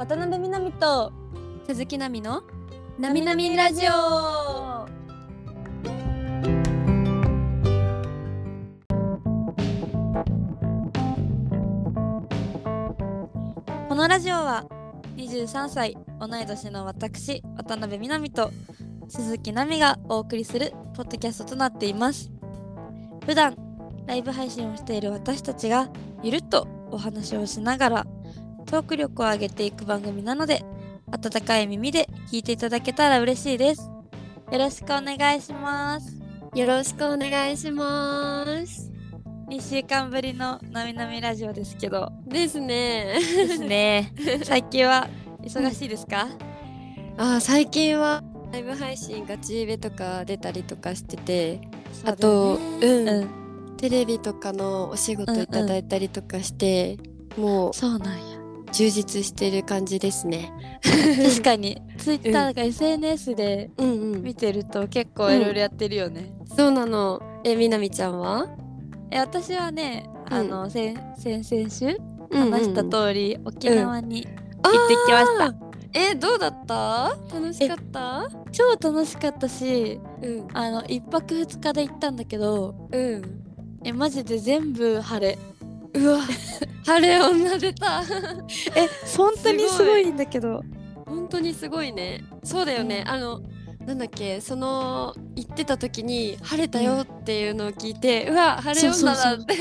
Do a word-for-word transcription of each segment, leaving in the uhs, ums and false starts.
渡辺みなみと鈴木奈美のなみなみラジオ。このラジオはにじゅうさんさい同い年の私渡辺みなみと鈴木奈美がお送りするポッドキャストとなっています。普段ライブ配信をしている私たちがゆるっとお話をしながらトーク力を上げていく番組なので、温かい耳で聞いていただけたら嬉しいです。よろしくお願いします。 よろしくお願いします。 にしゅうかんぶりのなみなみラジオですけどですねですね最近は忙しいですか？ あ、最近はライブ配信ガチイベとか出たりとかしてて、あそうと、 だよね、 うん、 うん、 テレビとかのお仕事いただいたりとかして、うんうん、もうそうなんや、 充実してる感じですね確かにツイッターとか エスエヌエス で見てると結構いろいろやってるよね、 うん、そうなの。え、みなみちゃんは？ え私はね、あの、うん、先々週うんうん、 話した通り、沖縄に行ってきました、うん、 え、どうだった？楽しかった？ 超楽しかったし、 うん、あのいっぱくふつかで行ったんだけど、 うん、 えマジで全部晴れ。 うわ晴れ女出たえ本当にすごいんだけど、 本当にすごいね。そうだよね、うん、あのなんだっけ、その行ってた時に晴れたよっていうのを聞いて、うん、うわ晴れ女だって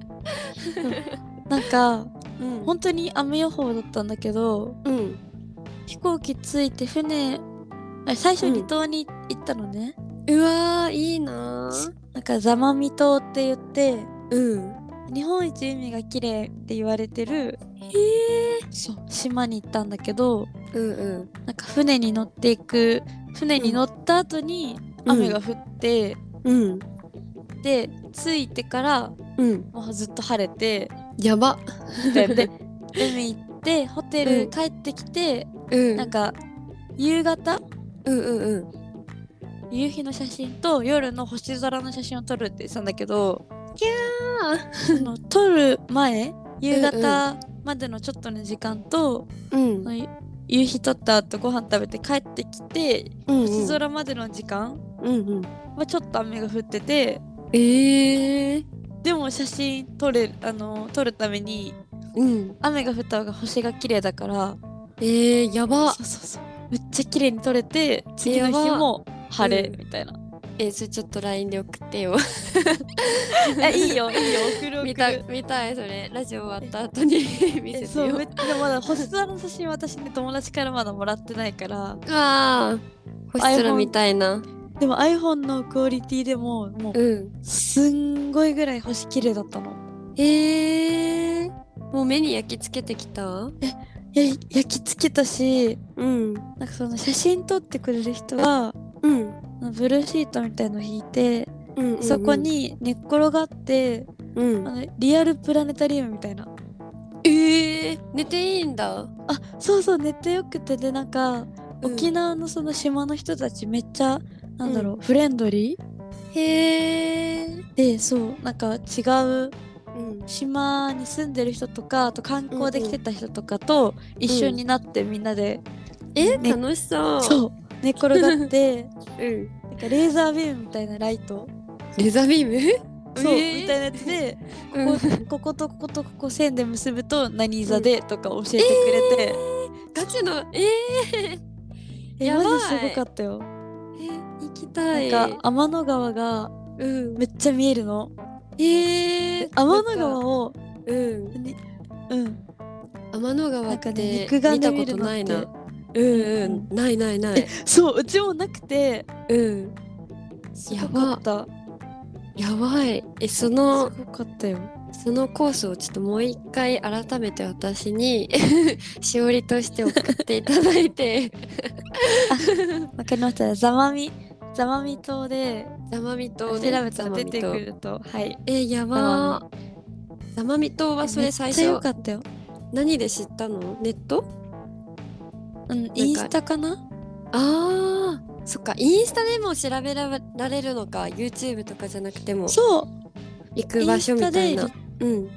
なんか、うん、本当に雨予報だったんだけど、うん、飛行機着いて船最初離島に行ったのね、 うん、うわーいいな。 なんか座間味島って言って、 うん、 日本一海が綺麗って言われてるへーそう島に行ったんだけど、 うんうん、 なんか船に乗っていく船に乗った後に雨が降って、うん、で着いてから、うん、もうずっと晴れてやばでで海行ってホテル帰ってきて、うん、なんか夕方、うんうんうん、夕日の写真と夜の星空の写真を撮るって言ってたんだけど、 キャーその撮る前夕方までのちょっとの時間と、うんうん、夕日撮った後ご飯食べて帰ってきて、うんうん、星空までの時間、うんうん、はちょっと雨が降ってて、 えー、 でも写真撮れあの撮るために、うん、雨が降った方が星が綺麗だから、 えー、やば。 そうそうそう、めっちゃ綺麗に撮れて次の日も晴れみたいな、うん、 えー、それちょっと ライン で送ってよえいいよいいよ送る送る見た見たい。それラジオ終わった後に見せてよ。 そうめっちゃまだ星空の写真私ね友達からまだもらってないから、 あー星空みたいな。 でも iPhone のクオリティでももう、うん、すんごいぐらい星綺麗だったの。 えー、もう目に焼き付けてきた？ えや焼き付けたし、うん、なんかその写真撮ってくれる人は、うん、ブルーシートみたいの引いて、うんうんうん、そこに寝っ転がって、うん、あのリアルプラネタリウムみたいな。 えー、寝ていいんだ。 あ、そうそう、寝てよくて、でなんか、うん、沖縄のその島の人たちめっちゃなんだろう、うん、フレンドリー。へー。 で、そうなんか違う、うん、島に住んでる人とか、あと観光で来てた人とかと一緒になってみんなで、 うん、え、ね、楽しそう。 そう寝っ転がって、うん、なんかレーザービームみたいなライト、 レーザービームそう、えー、みたいなやつで、ここ、こことこことここ線で結ぶと何座でとか教えてくれて、えー、ガチのえー、えマジすごかったよ。 えー、行きたい。 なんか天の川がめっちゃ見えるの。 えー、 天の川をうんうん天の川って肉眼で見るのって見たことないな。うんうん、うん、ないないない。 そううちもなくて、 うんやばかった。 やばい。えそのすごかったよ。 そのコースをちょっともう一回改めて私にしおりとして送っていただいてあ、わかりました。座間味座間味島で座間味島で調べたら出てくると、はい。 えー、やばー。座間味島はそれ最初めっちゃ良かったよ。 何で知ったの？ネット？ うん、インスタかな。 あー、そっか、インスタでも調べられるのか。 YouTube とかじゃなくてもそう行く場所みたいな。うん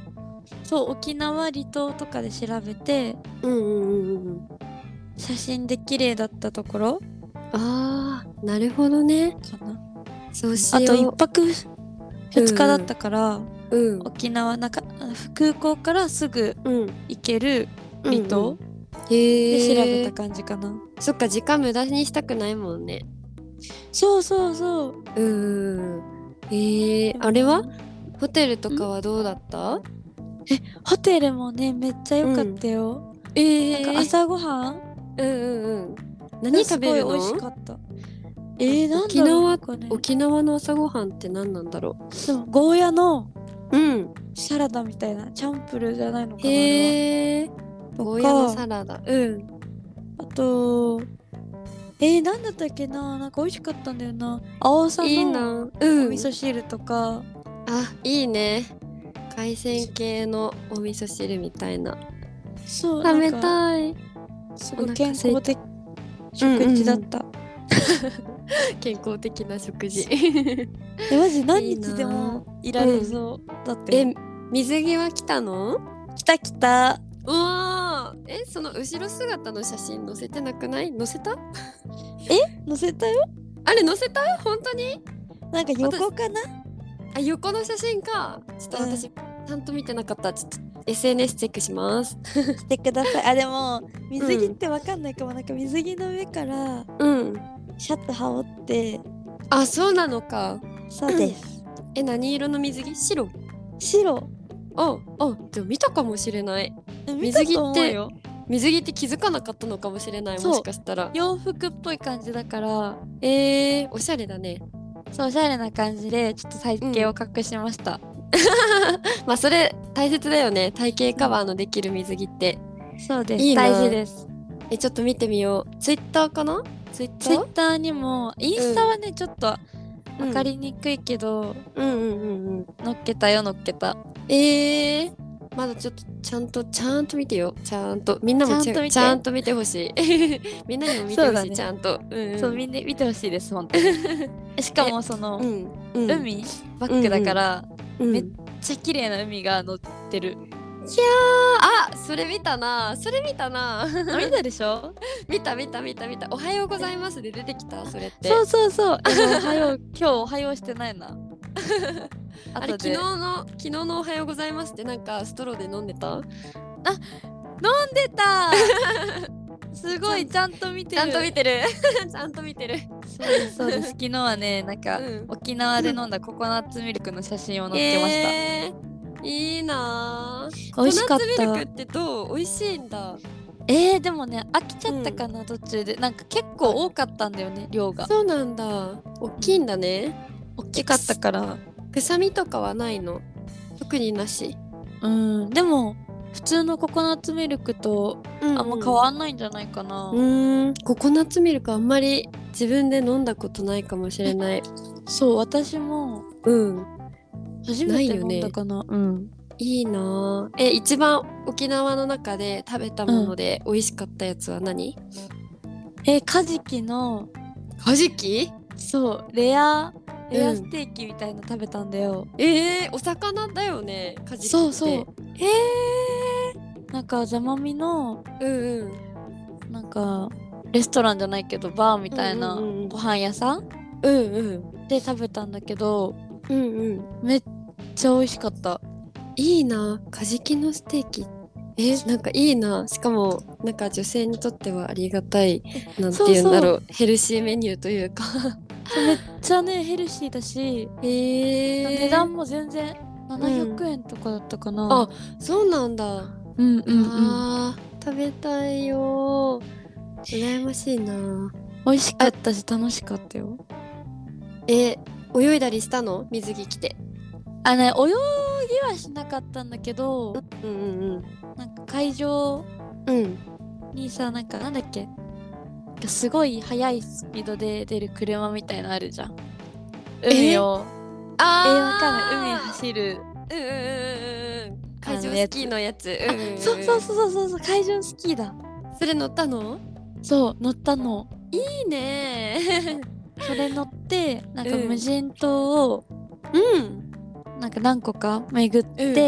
そう沖縄離島とかで調べてうんうんうんうん写真で綺麗だったところあーなるほどね。 かな。 そうしよう。 あと一泊二日だったから、 うん沖縄なんか空港からすぐうん行ける離島、 うんうんへで調べえた感じかな。 そっか時間無駄にしたくないもんね。 そうそうそう。 うんへえあれはホテルとかはどうだった？ ホテルもねめっちゃ良かったよ。 えなんか朝ごはんうんうんうん何食べるの？ すごい美味しかった。えー、なん沖だろう縄なんかね。 沖縄の朝ごはんって何なんだろでもゴーヤのう。うんサラダみたいなチャンプルーじゃないのかなあれへえは。 ゴーヤのとかサラダうんあとえー、なんだったっけななんか美味しかったんだよな。青さいいのなうんお味噌汁とか、 あいいね海鮮系のお味噌汁みたいなそう食べなんかたい。 すごい健康的うんうんうん食事だった。 健康的な食事えマジ何いいな日でもいられそうだってえ水着は来たの？ 来た来た。 うわーえその後ろ姿の写真載せてなくない？載せた？ 載せたよ。 あれ載せた本当に？ なんか横かな。 あ横の写真かちょっと私、ちゃんと見てなかったちょっと エスエヌエス チェックしますしてください。あでも水着ってわかんないかも、なんか水着の上からうんシャツ羽織ってあそうなのかそうですえ何色の水着？白白ああでも見たかもしれない見たと思うよ。 水着って気づかなかったのかもしれないそうもしかしたら洋服っぽい感じだからえー、おしゃれだねそうおしゃれな感じでちょっと体型を隠しました、 まあそれ大切だよね体型カバーのできる水着ってそうですいいな大事です。 えちょっと見てみようツイッターかなツイッタツイッーターにもインスタはね、ちょっとうん分かりにくいけど、 うんうんうんうん乗っけたよ乗っけた。 えー、まだちょっとちゃんとちゃんと見てよちゃんとみんなもちゃんと見てちゃんと見てほしいみんなにも見てほしい、 そうだねちゃんと、うんうん、 そうみんな見てほしいです本当にしかもその、 うんうん、 海バックだから、 うん、 めっちゃ綺麗な海が載ってる。 あそれ見たなそれ見たなあ見たでしょ見た見た見た見たおはようございますで出てきたそれってそうそうそうえもうおはよう今日おはようしてないなあれ後で昨日の昨日のおはようございますってなんかストローで飲んでた飲んでたすごいちゃんと見てる。 ちゃんと見てるちゃんと見てるそうですそうです昨日はねなんか、 うん沖縄で飲んだココナッツミルクの写真を載っけました、 えー、いいなぁ美味しかったココナッツミルクってどう美味しいんだえー、でもね飽きちゃったかな、途中でなんか結構多かったんだよね量がそうなんだ大きいんだね大きかったから臭みとかはないの特になしうんでも普通のココナッツミルクとあんあんま変わんないんじゃないかな、 うーんココナッツミルクあんまり自分で飲んだことないかもしれないそう私もうん初めて飲んだかな。うんいいなぁえ一番沖縄の中で食べたもので美味しかったやつは何？ えカジキのカジキ？ そうレアレアうんステーキみたいなの食べたんだよ、 えー、お魚だよねカジキってそうそうえなんかザマミのー、うんうんなんかレストランじゃないけどバーみたいなうんうんうんご飯屋さんうんうんで食べたんだけどうんうんめっちゃ美味しかった。 いいなカジキのステーキえなんかいいなしかもなんか女性にとってはありがたいなんていうんだろうヘルシーメニューというかめっちゃねヘルシーだし、 えー、 値段も全然ななひゃくえんとかだったかな、 あそうなんだうんうんうんあー食べたいよ羨ましいな美味しかったし楽しかったよ。 え泳いだりしたの水着着てあね泳ぎはしなかったんだけどうんうんなんか会場うんうんにさなんかなんだっけすごい速いスピードで出る車みたいのあるじゃん海をあえー、わかんない海走るうんうんうんうん海上あのやつスキーのやつあうんうんうんそうそうそうそうそう海上スキーだそれ乗ったのそう乗ったのいいねそれ乗ってなんかうん無人島をうんなんか何個か巡って、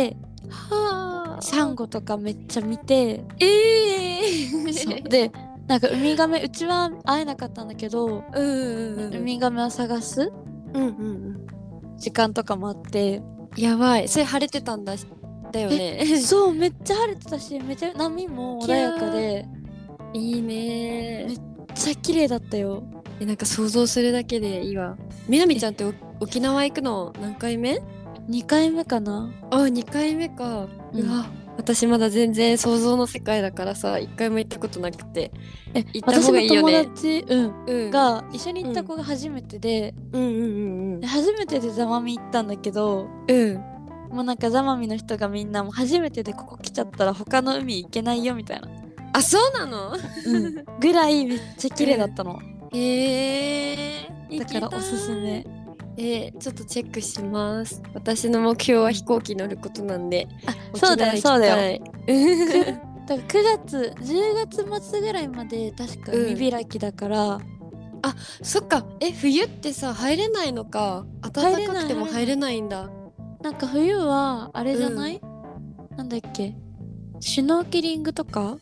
はあ。 サンゴとかめっちゃ見て、 ええそうでなんかウミガメ、うちは会えなかったんだけど、 うんうんうんウミガメを探すうんうん時間とかもあってうん。やばい。それ晴れてたんだだよね。 そうめっちゃ晴れてたし、めっちゃ波も穏やかでいいね。 めっちゃ綺麗だったよ。 え、なんか想像するだけでいいわ。みなみちゃんってお沖縄行くの何回目？ にかいめかな。 あ、にかいめか。 うんうわ、私まだ全然想像の世界だからさ、いっかいも行ったことなくて。 え行った方がいいよね。 私の友達、うん、 うん。 が一緒に行った子が初めてで、 うんうんうんで初めてでザマミ行ったんだけど、 うん。うん。 もうなんかザマミの人がみんなもう初めてでここ来ちゃったら他の海行けないよみたいな、 あ、そうなの？ うん、ぐらいめっちゃ綺麗だったの、 へえー。 だからおすすめ。 えー、ちょっとチェックします。私の目標は飛行機乗ることなんで。 あ、そうだよそうだよ。 よ。 だからくがつじゅうがつ末ぐらいまで確か海開きだから、 そっか。え、冬ってさ、入れないのか。暖かくても入れないんだ。 なんか冬はあれじゃない、なんだっけ、シュノーケリングとか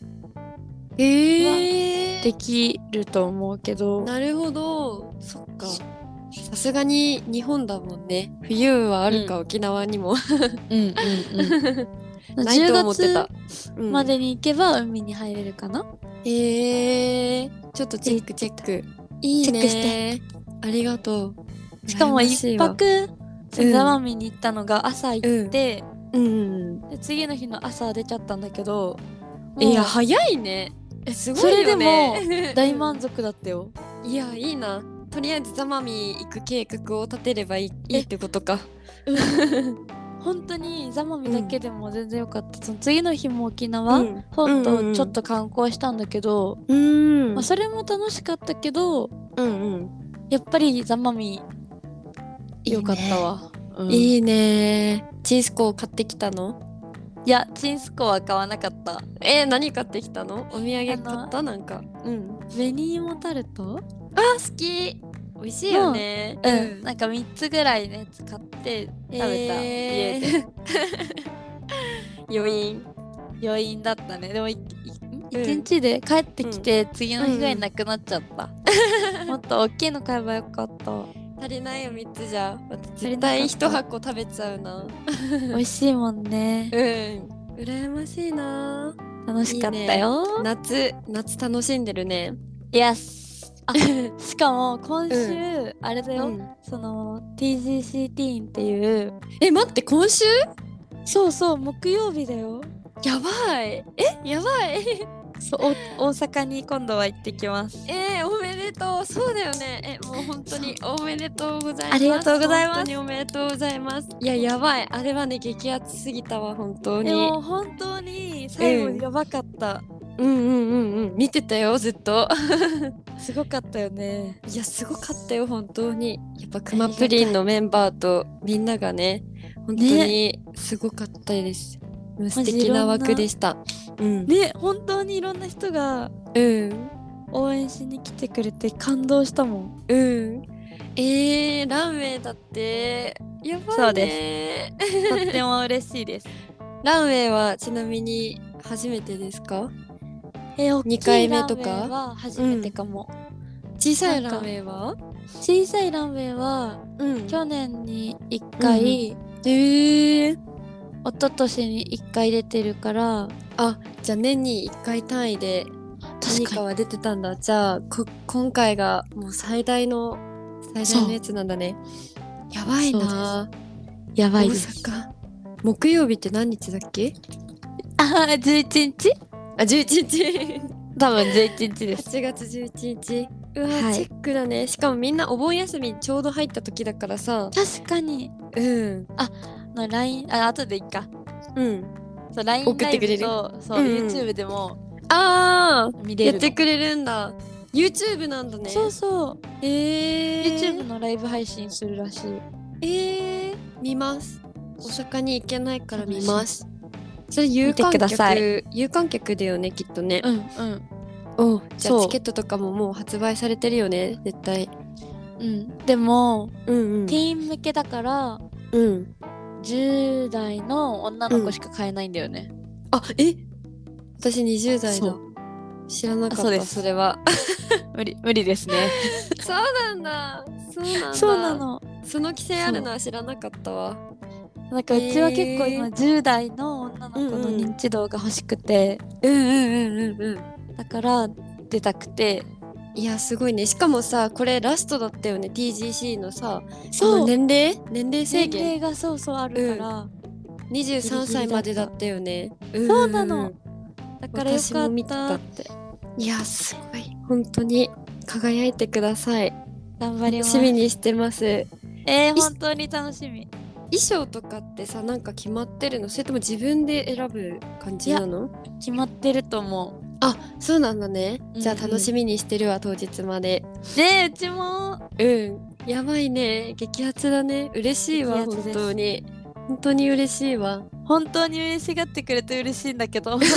へえできると思うけど、 なるほど。そっか。さすがに日本だもんね。冬はあるか、 うん沖縄にも。 うんうんうん。 ないと思ってた。 10 うん月までに行けば海に入れるかな。 へえちょっとチェックチェック。いいね。 チェックしてありがとう。 しかも羨ましいわ一泊うんザワミに行ったのが朝行って、 うんうん。 で次の日の朝出ちゃったんだけど、 いやもう早いね。すごそれいよでもね。 大満足だったよ。 いやいいな。とりあえずザマミ行く計画を立てればいいいいってことか。 本当にザマミだけでも全然よかった。その次の日も沖縄、 うん本うんうんうん島ちょっと観光したんだけど、 うんまあ、それも楽しかったけど、 うんうん。 やっぱりザマミよかったわ。うんいいね。チンスコを買ってきたの？ いや、チンスコは買わなかった。 えー、何買ってきたの？お土産買ったなんか。うん。 紅芋タルト、 あ、好き。美味しいよね。 うん、なんかみっつぐらいね使って食べた、家で。 で。余韻。 余韻だったね。でもいいうん一日で帰ってきて、次の日ぐらいになくなっちゃった。もっと大きいの買えばよかった。 足りないよみっつじゃ。 足りなかった絶対一箱食べちゃうな。 美味しいもんね。 うん。羨ましいな。 楽しかったよ。 夏夏楽しんでるね。 イエス。あ、しかも今週、あれだよ、 うんその ティージーシー ティーンっていう、 え、待って今週？ そうそう木曜日だよ。 やばい。え、やばい。 そうお大阪に今度は行ってきます。 えー、おめでとう。そうだよね。え、もう本当におめでとうございます。 ありがとうございます本当におめでとうございます。いや、やばい。あれはね、激アツすぎたわ、本当に。 でも本当に最後やばかった、 うんうんうんうん。見てたよ、ずっと。 すごかったよね。 いや、すごかったよ、本当に。やっぱクマプリンのメンバーとみんながね、本当にすごかったです。素敵な枠でした。うん。 ね、本当にいろんな人がうん。 応援しに来てくれて感動したもん。 うん。えー、ランウェイだって。やばいね。 そうでとっても嬉しいです。 ランウェイはちなみに初めてですか？ えー、大きにかいいランウめとかェイは初めてかも。 小さいランウェイは？ 小さいランウェイはうん。 去年にいっかい、 えー。 一昨年にいっかい出てるから。 あ、じゃあ年にいっかい単位で何かは出てたんだ。じゃあこ今回がもう最大の最大のやつなんだね。やばいな。 やばいです。 大阪。木曜日って何日だっけ？ あー、じゅういちにち？ あ、じゅういちにち。 多分じゅういちにちです。 はちがつじゅういちにち。うわ、 はいチェックだね。しかもみんなお盆休みちょうど入った時だからさ。 確かに。 うん。 の ライン、あ、後でいいか。 うん。 そう、ライン ライ送ってくれるブと、そう、 うんうん YouTube でもあー、やっ見れるの。 てくれるんだ。YouTube なんだね。 そうそう。 えー。 YouTube のライブ配信するらしい。 えー、見ます。大阪に行けないから見ます。それ有見て観くださ客、有観客だよね、きっとね。 うんうんおじゃそうあチケットとかももう発売されてるよね、絶対。 うん。でも、 うんうん。 ティーン向けだからうん。 じゅう代の女の子しか買えないんだよね、 あ、え、私にじゅう代だ。 そう知らなかった。 そうですそれは無理無理ですねそうなんだ。そうなんだ。 そうなの。 その規制あるのは知らなかったわ。 なんかうちは結構へー今じゅう代の女の子の認知度が欲しくて、 うんうんうんうんうん。 だから出たくて。 いやすごいね。しかもさ、これラストだったよね。 ティージーシー のさ、 そうこの年齢年齢制限年齢がそうそうあるから、 にじゅうさんさいまでだったよね。 そうなのんんん。 だからよか私も見ってたったて。 いやすごい。本当に輝いてください。 頑張ります。 楽しみにしてます。 えー、本当に楽しみ。 衣装とかってさ、なんか決まってるの？それとも自分で選ぶ感じなの？ 決まってると思あ、そうなんだね。 うんうんじゃあ楽しみにしてるわ、当日まで。 う。ねえうちも。 うん。やばいね。激アツだね。嬉しいわ、本激アツです当に。本当に嬉しいわ。 本当に嬉しがってくれて嬉しいんだけど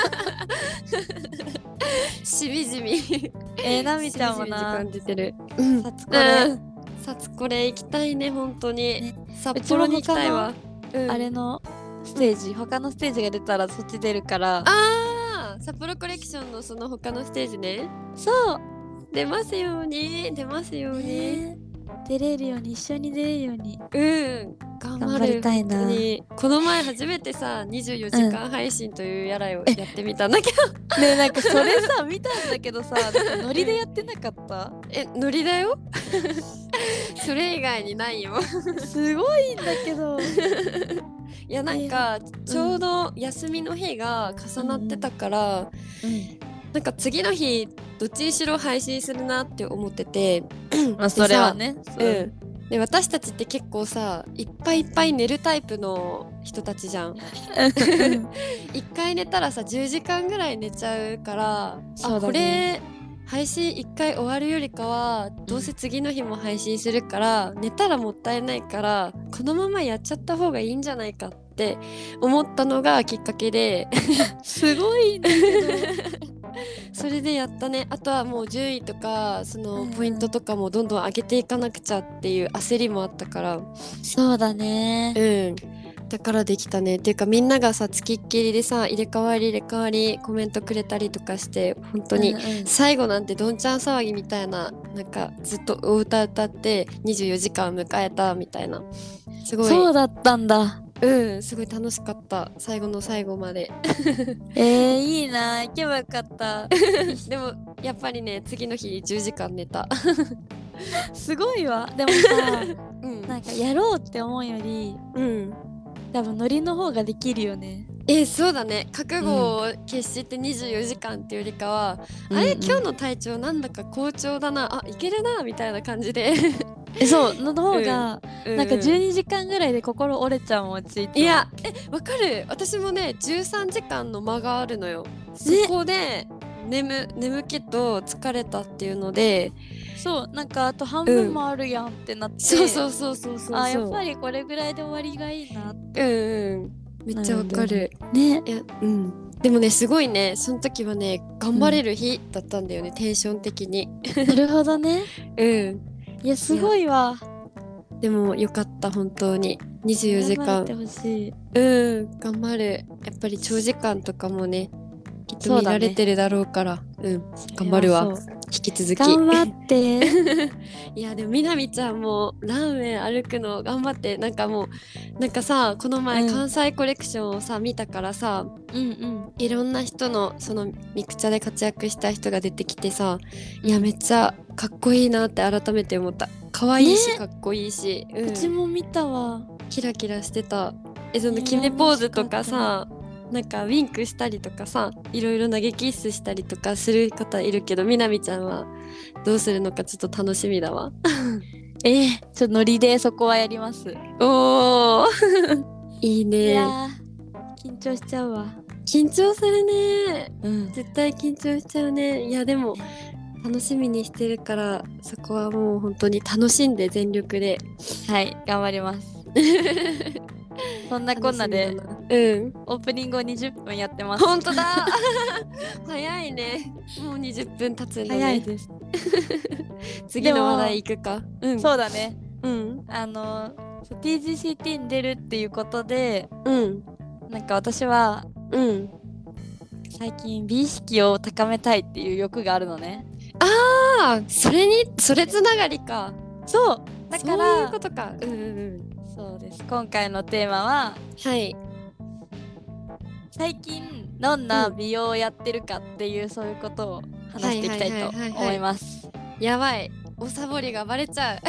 しみじみ。 えー、なみちゃんもしみじみ時な間出てる。うん。 さつこれ、 うん。さつこれ行きたいね、本当に。 ね札幌に行きたいわ。うんあれのステージ、他のステージが出たらそっち出るから。 あー、札幌コレクションのその他のステージね。 そう出ますように、出ますように。 ね出れるように、一緒に出れるようにうん、頑張る。 頑張りたいな本当にこの前初めてさ、にじゅうよじかん配信というやらいをやってみたんだけど、 ねえなんかそれさ見たんだけどさ、なんかノリでやってなかったえ、ノリだよ。それ以外にないよ。 すごいんだけどいやなんかちょうど休みの日が重なってたから、 うんなんか次の日どっちにしろ配信するなって思ってて、 まあそれはね。 うん。で私たちって結構さ、いっぱいいっぱい寝るタイプの人たちじゃん。一回寝たらさじゅうじかんぐらい寝ちゃうから、 そうだねあ、これ配信一回終わるよりかはどうせ次の日も配信するから、寝たらもったいないからこのままやっちゃった方がいいんじゃないかって思ったのがきっかけですごいんだけそれでやったね。あとはもう順位とかそのうんポイントとかもどんどん上げていかなくちゃっていう焦りもあったから、 どそうだね。 うん、だからできたね。っていうかみんながさつきっきりでさ入れ替わり入れ替わりコメントくれたりとかして本当に、 うんうん最後なんてどんちゃん騒ぎみたいな、なんかずっとお歌歌ってにじゅうよじかん迎えたみたいな、すごい、 そうだったんだ。 うんすごい楽しかった、最後の最後まで。 えー、いいな、行けばよかったでもやっぱりね次の日じゅうじかん寝た。 すごいわ。でもさうんなんかやろうって思うよりうん多分ノリの方ができるよね。 えそうだね、覚悟を決してにじゅうよじかんっていうよりかは、 うんあれ、 うん今日の体調なんだか好調だな、あいけるなみたいな感じでえそうの方が、 うなんかじゅうにじかんぐらいで心折れちゃうもんうち。 いやえわかる、私もねじゅうさんじかんの間があるのよ。そこで眠眠気と疲れたっていうので、 そうなんかあと半分もあるやんってなって、 そうそうそうそうそうそう、 あやっぱりこれぐらいで終わりがいいなってうんうんめっちゃわかる。 ね。 いやうんでもねすごいね、その時はね頑張れる日だったんだよね、テンション的に。 なるほどね。 うんいやすごいわ。 でもよかった本当ににじゅうよじかん。 頑張ってほしい。 うん頑張る。やっぱり長時間とかもねきっと見られてるだろうからう、ん頑張るわ、 そう引き続き。 頑張っていやでもみなみちゃんもラーメン歩くの頑張って。なんかもうなんかさこの前うん関西コレクションをさ見たからさ、 うんうんいろんな人のそのミクチャで活躍した人が出てきてさ、いやめっちゃかっこいいなって改めて思った。可愛いし、 ねかっこいいし、うんうちも見たわ。 キラキラしてた。えそのね決めポーズとかさ、なんかウィンクしたりとかさ、いろいろ投げキッスしたりとかする方いるけど、みなみちゃんはどうするのかちょっと楽しみだわ。 えー、ちょっとノリでそこはやります。 おーいいいね。 やー緊張しちゃうわ。 緊張するね。 うん絶対緊張しちゃうね。いやでも楽しみにしてるから、そこはもう本当に楽しんで全力で。 はい頑張ります。そんなこんなで楽しみだなうんオープニングをにじゅっぷんやってます。 本当だ早いね。もうにじゅっぷん経つんだね。 早いです。 次の話題行くか。うんそうだね。 うんあのそう ティージーシーティー に出るっていうことで、 うんなんか私はうん最近美意識を高めたいっていう欲があるのね。 ああそれにそれつながりか。 そうだかそういうらことか。うんうんうんそうです。今回のテーマははい最近どんな美容をやってるかっていう、そういうことを話していきたいと思います。 やばいおサボりがバレちゃう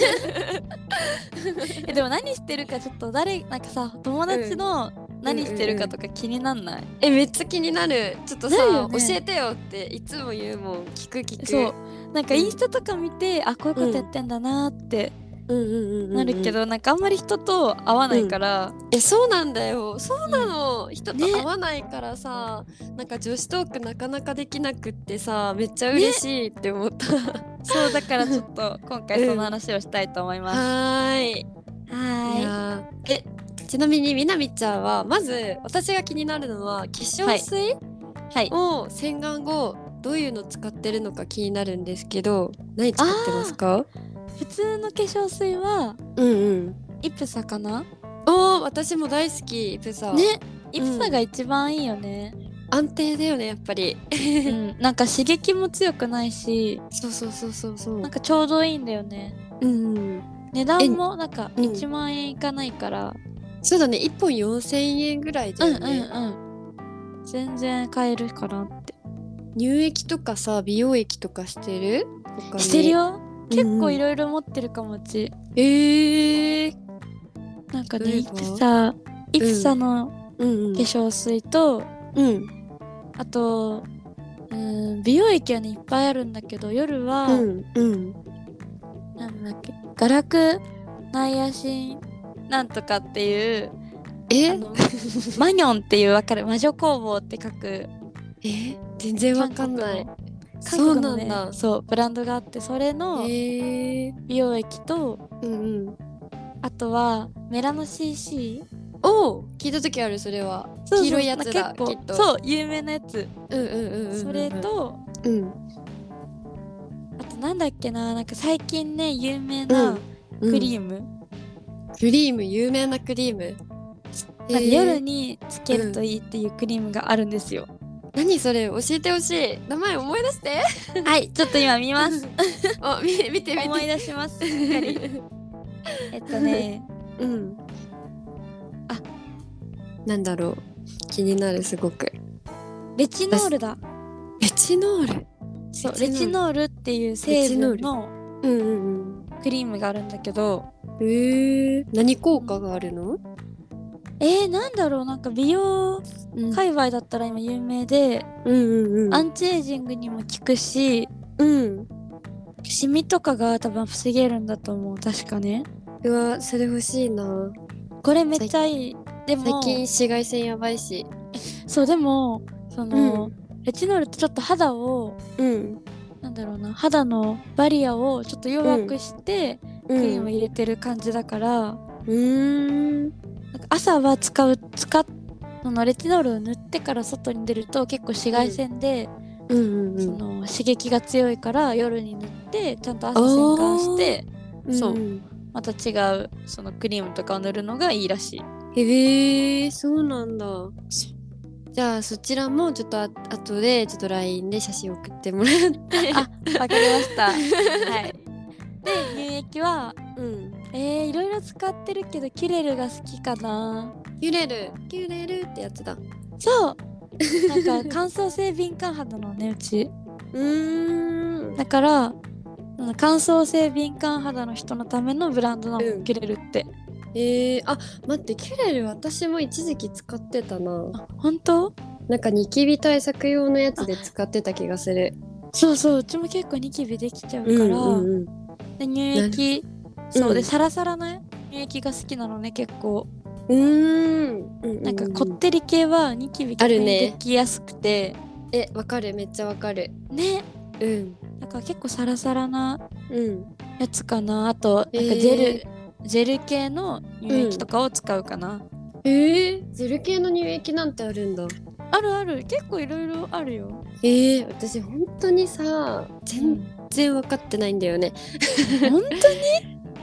えでも何してるかちょっと誰なんかさ友達の何してるかとか気になんない？ えめっちゃ気になる。ちょっとさ、 なるよね教えてよっていつも言うもん。聞く聞く。 そうなんかインスタとか見て、あこういうことやってんだなってうんうんうんうんうんなるけど、なんかあんまり人と会わないから、 えそうなんだよそうなの、人とね会わないからさ、なんか女子トークなかなかできなくってさめっちゃ嬉しいって思った、 そうだからちょっと今回その話をしたいと思います。 はーいはーいやーえちなみにみなみちゃんはまず私が気になるのは化粧水はいを洗顔後どういうの使ってるのか気になるんですけど何使ってますか？ 普通の化粧水はうんうんイプサかな？ おー私も大好きプサねイプサが一番いいよね、 安定だよねやっぱりうん、なんか刺激も強くないしそうそうそうそうそうなんかちょうどいいんだよね。 うん値段もなんかうんいちまん円いかないから、 そうだねいっぽんよんせんえんぐらいだうんよね、 うんうん全然買えるかなって。 乳液とかさ美容液とかしてる？他にしてるよ結構いろろいろ持ってるかもうち。 えー、 なんかねイ例えばプサイプサのうんうん化粧水と、 うんあとうん美容液はねいっぱいあるんだけど夜は、 うんうんなんだっけガラクナイアシンなんとかっていうえあのマニョンっていうわかる魔女工房って書くえ全然わかんない韓国の韓国のねそうなんだそうブランドがあってそれのえー、 美容液と、 うんうんあとはメラノ シーシーおお聞いた時あるそれはそうそう黄色いやつだ結構きっとそう有名なやつ、 うんうんうんうんうんそれとうんあとなんだっけななんか最近ね有名なクリーム、 クリーム有名なクリームなんかえー夜につけるといいっていうクリームがあるんですよ、 何それ教えてほしい名前思い出してはいちょっと今見ますあ見見て見て思い出しますしっかりえっとねうんあなんだろう気になるすごくレチノールだレチノールそうレチノールっていう成分のうんうんクリームがあるんだけど、 うんへえ何効果があるの？ えー、なんだろうなんか美容うん界隈だったら今有名で、 うんうんうんアンチエイジングにも効くしうんシミとかが多分防げるんだと思う確かね。 うわそれ欲しいなこれめっちゃいい。でも最近紫外線やばいしそうでもその、 うレチノールってちょっと肌をうんなんだろうな肌のバリアをちょっと弱くして、 ククリーム入れてる感じだから、 うーんなんか朝は使う使っそのレチノールを塗ってから外に出ると結構紫外線で、 うんうんうんその刺激が強いから夜に塗ってちゃんと朝洗顔してそううんまた違うそのクリームとかを塗るのがいいらしい。 へえー、そうなんだじゃあそちらもちょっとあ後でちょっと ライン で写真送ってもらってあわかりましたはいで乳液はうんえー、いろいろ使ってるけどキュレルが好きかな。 キュレルキュレルってやつだそうなんか乾燥性敏感肌なのねうちうーんだからあの乾燥性敏感肌の人のためのブランドなの、 うんキュレルって。 えー、あ待ってキュレル私も一時期使ってたなあ本当？ なんかニキビ対策用のやつで使ってた気がするそうそううちも結構ニキビできちゃうから、 うんうんで乳液るそうでうんサラサラな乳液が好きなのね結構。 うんうーんなんかこってり系はニキビがあるねできやすくてえわかるめっちゃわかるねうんだから結構サラサラなうんやつかな。あとなんかジえーェル、ジェル系の乳液とかを使うかな、 えー、ジェル系の乳液なんてあるんだあるある結構いろいろあるよ。 えー、私本当にさ全然分かってないんだよね本当に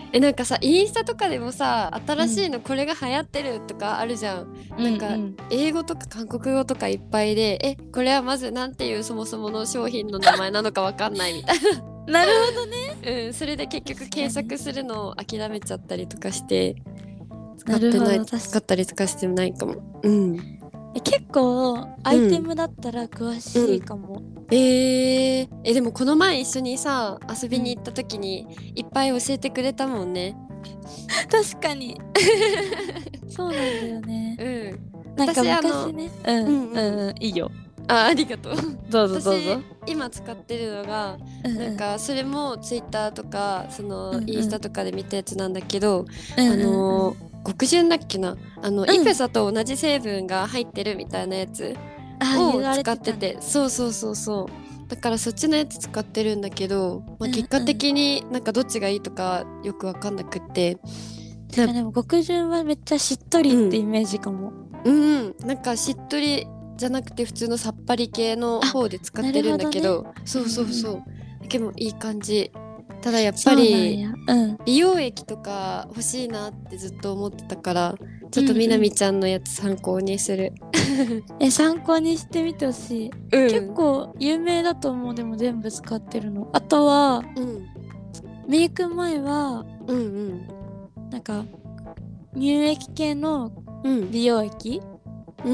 えなんかさインスタとかでもさ新しいのこれが流行ってるとかあるじゃん、うん、なんか、うん、英語とか韓国語とかいっぱいでえこれはまずなんていうそもそもの商品の名前なのかわかんないみたいななるほどね、 うん、それで結局検索するのを諦めちゃったりとかして使ってない使ったりとかしてないかも、うん、 え結構アイテムだったら詳しいかも、うんうん、えー、えでもこの前一緒にさ遊びに行った時にいっぱい教えてくれたもんね、 確かにそうなんだよね、 うん、 なんか昔ねうんうんうんいいよあありがとうどうぞどうぞ私今使ってるのが、うんうん、なんかそれもツイッターとかそのインスタとかで見たやつなんだけど、うんうん、あの極潤だっけなあの、うん、イプサと同じ成分が入ってるみたいなやつを使ってて、てそうそうそうそうだからそっちのやつ使ってるんだけど、まあ、結果的になんかどっちがいいとかよくわかんなくって、 うん、でも極潤はめっちゃしっとりってイメージかも、 うん、うんうん、なんかしっとりじゃなくて普通のさっぱり系の方で使ってるんだけど、ね、そうそうそう、うんうん、でもいい感じただやっぱり、うん、美容液とか欲しいなってずっと思ってたからちょっとみなみちゃんのやつ参考にする、 うんうん、え参考にしてみてほしい、うん、結構有名だと思うでも全部使ってるのあとは、うん、メイク前は、うんうん、なんか乳液系の美容液、うん、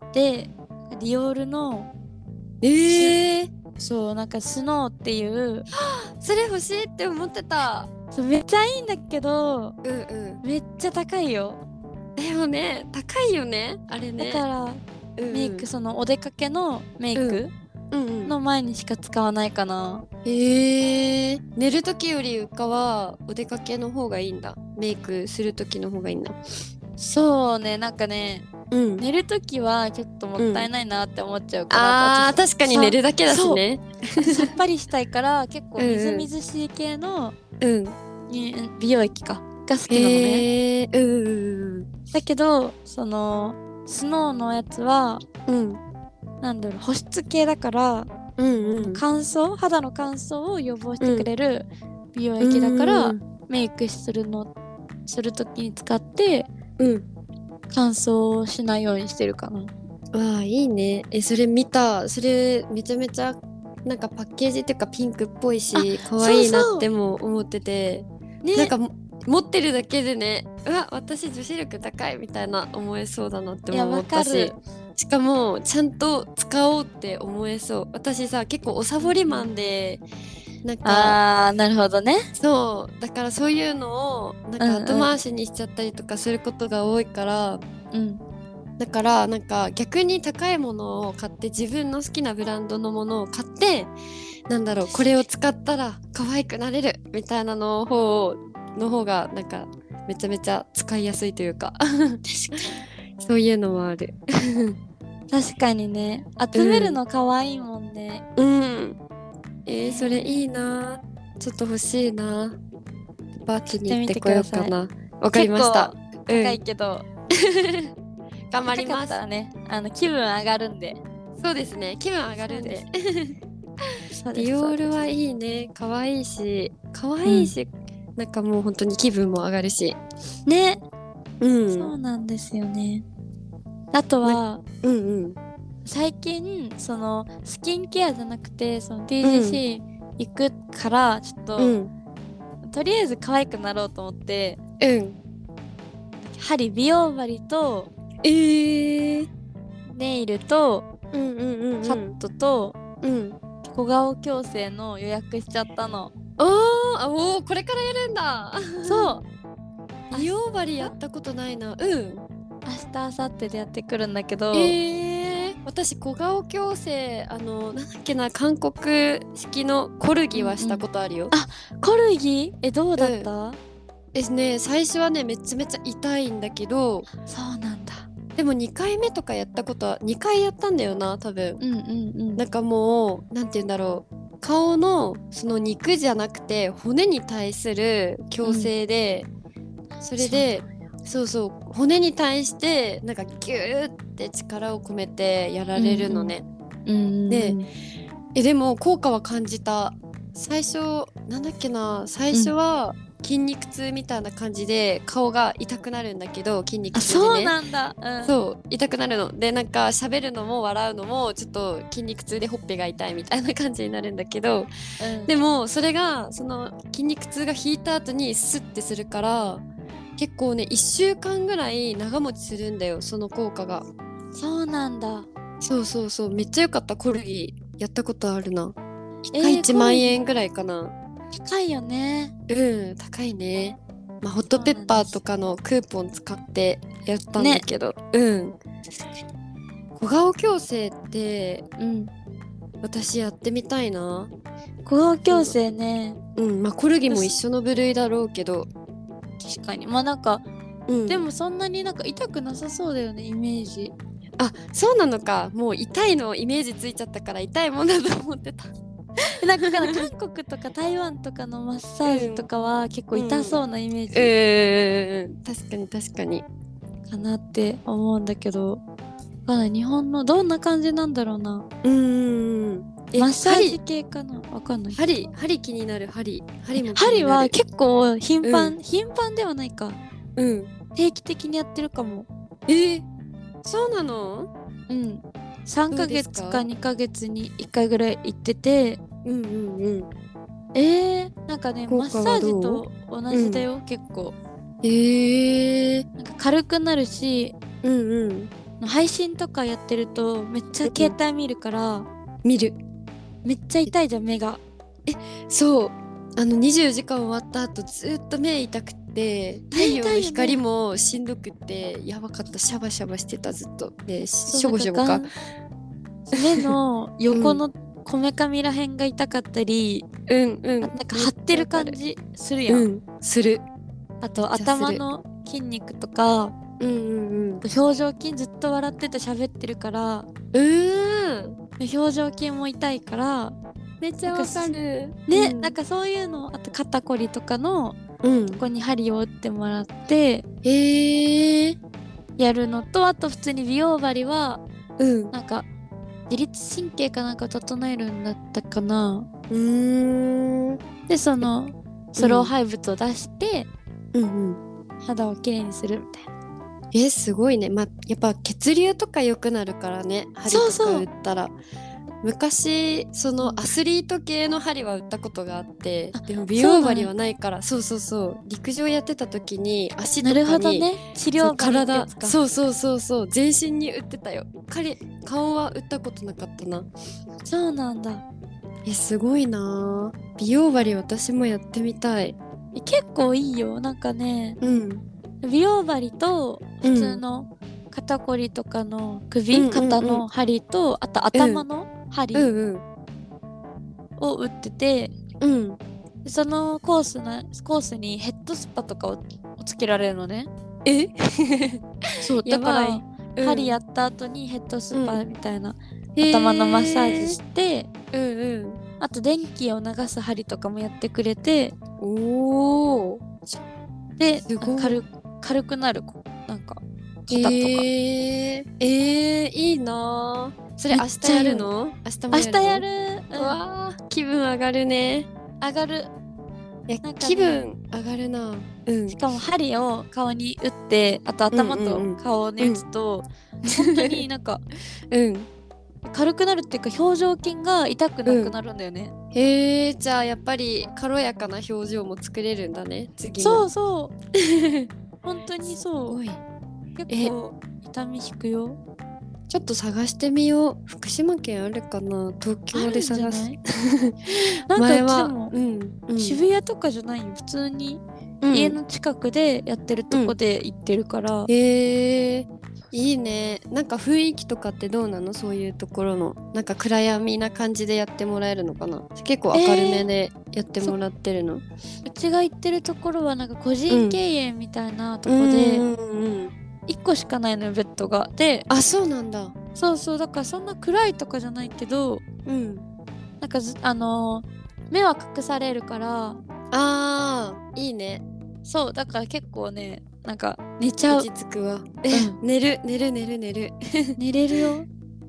でディオールのえー、 そうなんかスノーっていうそれ欲しいって思ってたそうめっちゃいいんだけど、 うんうん、 めっちゃ高いよでもね高いよねあれねだから、うんうん、メイクそのお出かけのメイクの前にしか使わないかな、 うんうん、えー、寝る時よりかはお出かけの方がいいんだメイクする時の方がいいんだそうねなんかね、うん、寝るときはちょっともったいないなって思っちゃうから、 うん、あー確かに寝るだけだしねさっぱりしたいから結構みずみずしい系の、うん、美容液かが好きなのね、うん、だけどそのスノーのやつは、うん、なんだろう保湿系だから、うんうん、乾燥肌の乾燥を予防してくれる美容液だから、うん、メイクするのするときに使ってうん、乾燥しないようにしてるかな。 わあいいねえそれ見たそれめちゃめちゃなんかパッケージっていうかピンクっぽいし可愛いなっても思っててね、なんか持ってるだけでねうわ私女子力高いみたいな思えそうだなっても思ったししかもちゃんと使おうって思えそう私さ結構おサボりマンでなんかあーなるほどねそうだからそういうのをなんか後回しにしちゃったりとかすることが多いから、うん、だからなんか逆に高いものを買って自分の好きなブランドのものを買ってなんだろうこれを使ったら可愛くなれるみたいなの方の方がなんかめちゃめちゃ使いやすいというかそういうのもある確かにね集めるの可愛いもんねうん、うんえー、それいいなちょっと欲しいなバーツに行ってこようかなわかりました高いけど、 うん、頑張ります。 高かったらねあの気分上がるんでそうですね気分上がるんでディオールはいいね可愛いし可愛いし、うん、なんかもう本当に気分も上がるしね、うん、そうなんですよねあとは、うんうん、最近そのスキンケアじゃなくてその ティージェーシー 行くからちょっと、うん、とりあえず可愛くなろうと思って、うん、針美容針と、えー、ネイルと、うんうんうんうん、カットと、うん、小顔矯正の予約しちゃったの。 おーこれからやるんだそう美容針やったことないなうん明日明後日でやってくるんだけど、 えー、私小顔矯正あのなんだっけな韓国式のコルギはしたことあるよ、うんうん、あコルギえどうだった、うん、 ですね最初はねめちゃめちゃ痛いんだけどそうなんだでもにかいめとかやったことはにかいやったんだよな多分、うんうんうん、なんかもうなんて言うんだろう顔のその肉じゃなくて骨に対する矯正で、うん、それでそうそう骨に対してなんかギューって力を込めてやられるのね、うんうん、でえでも効果は感じた最初なんだっけな最初は筋肉痛みたいな感じで顔が痛くなるんだけど、筋肉あ、 痛でね。 そうなんだ。うん、 そう痛くなるので、なんか喋るのも笑うのもちょっと筋肉痛でほっぺが痛いみたいな感じになるんだけど、 うん、 でもそれがその筋肉痛が引いた後にスッてするから結構ねいっしゅうかんぐらい長持ちするんだよ、その効果が。 そうなんだ。 そうそうそう、めっちゃ良かった。コルギやったことあるな。 えーいっかいいちまん円ぐらいかな。 高いよね。 うん高いね。まあ、ホットペッパーとかのクーポン使ってやったんだけど、うん小顔矯正ってうん。 私やってみたいな。 小顔矯正ね。 うんまあコルギも一緒の部類だろうけど、 確かに。まあなんか、 うん、 でもそんなになんか痛くなさそうだよね、イメージ。 あそうなのか。もう痛いのイメージついちゃったから痛いもんだと思ってた。 なんか韓国とか台湾とかのマッサージとかは結構痛そうなイメージうん確かに確かにかなって思うんだけど、わかんない、日本のどんな感じなんだろうな。 うんうんえマッサージ針系かな、わかんない。 針針気になる。針針も気になる。 針は結構頻繁、 うん頻繁ではないか。 うん定期的にやってるかも。 えー、そうなの。 うん。さんかげつどうですかかにかげつにいっかいぐらい行ってて、 うんうんうんえー、なんかね、 効マッサージ果はどうと同じだよ、結構。 えー、 なんか軽くなるし、 うんうん配信とかやってるとめっちゃ携帯見るから、 見る。 めっちゃ痛いじゃん、目が。 そうあのにじゅうじかん終わった後ずっと目痛くて、太陽の光もしんどくってやばかった。シャバシャバしてたずっと。でしょぼしょぼか。 目の横のこめかみらへんが痛かったり、 うんうんなんか張ってる感じするやん、 うんする。 あとめっちゃする頭の筋肉とかうんうんうん表情筋、ずっと笑ってて喋ってるからうーん表情筋も痛いから、 めっちゃわかるね、 うんなんかそういうの、あと肩こりとかのうんここに針を打ってもらってへえやるのと、あと普通に美容針はうんなんか自律神経かなんか整えるんだったかな。 うーんでそのスロー廃物を出してうんうん肌をきれいにするみたいな。 えすごいね。まやっぱ血流とか良くなるからね、針とかそうそう打ったら。昔そのアスリート系の針は打ったことがあって、 あでも美容針はないから。そうそうそう陸上やってた時に足となかにるほどね、治療そう針ってや体つか。 そうそうそうそう全身に打ってたよ。彼顔は打ったことなかったな。 そうなんだ。 えすごいな。美容針私もやってみたい。 え結構いいよ。なんかね、 うん美容針と普通の肩こりとかの首、 うんうんうん肩の針と、あと頭の針うんうんを打ってて、 うんでそのコースなコースにヘッドスパとかをつけられるのね。 えそうだかやばいら、 うん針やった後にヘッドスパみたいな、 へー頭のマッサージして、 うんうんあと電気を流す針とかもやってくれて、 おおですごい軽軽くなるこなんか肩とか、 えー、えー、いいなー。それ明めっちゃいい日やるの？明日も明やるの？ 日やる、うん、 うわー気分上がるね。 上がる。 いや、 なんかね気分上がるな。うんしかも針を顔に打って、あと頭うんうんうんと顔に打つと、本当になんかうん軽くなるっていうか、表情筋が痛くなくなるんだよね、 へえじゃあやっぱり軽やかな表情も作れるんだね次そも。 うそう本当にすそうごい。 結構痛み引くよ。 ちょっと探してみよう。福島県あるかな。東京で探す。 なんか前はでも、 うんうん渋谷とかじゃないよ、普通にうん家の近くでやってるとこで行ってるから、 へえいいね。なんか雰囲気とかってどうなの？そういうところのなんか暗闇な感じでやってもらえるのかな。結構明るめでやってもらってるの？ うちが行ってるところはなんか個人経営みたいなとこうんでうんうんいっこしかないのよ、ベッドが。であそうなんだ。 そうそう、だからそんな暗いとかじゃないけど、 うんなんかずあのー目は隠されるから、 あーいいね。 そうだから結構ね、なんか寝ちゃう。 落ち着くわ。え、寝る寝る寝る寝る。 寝れるよ。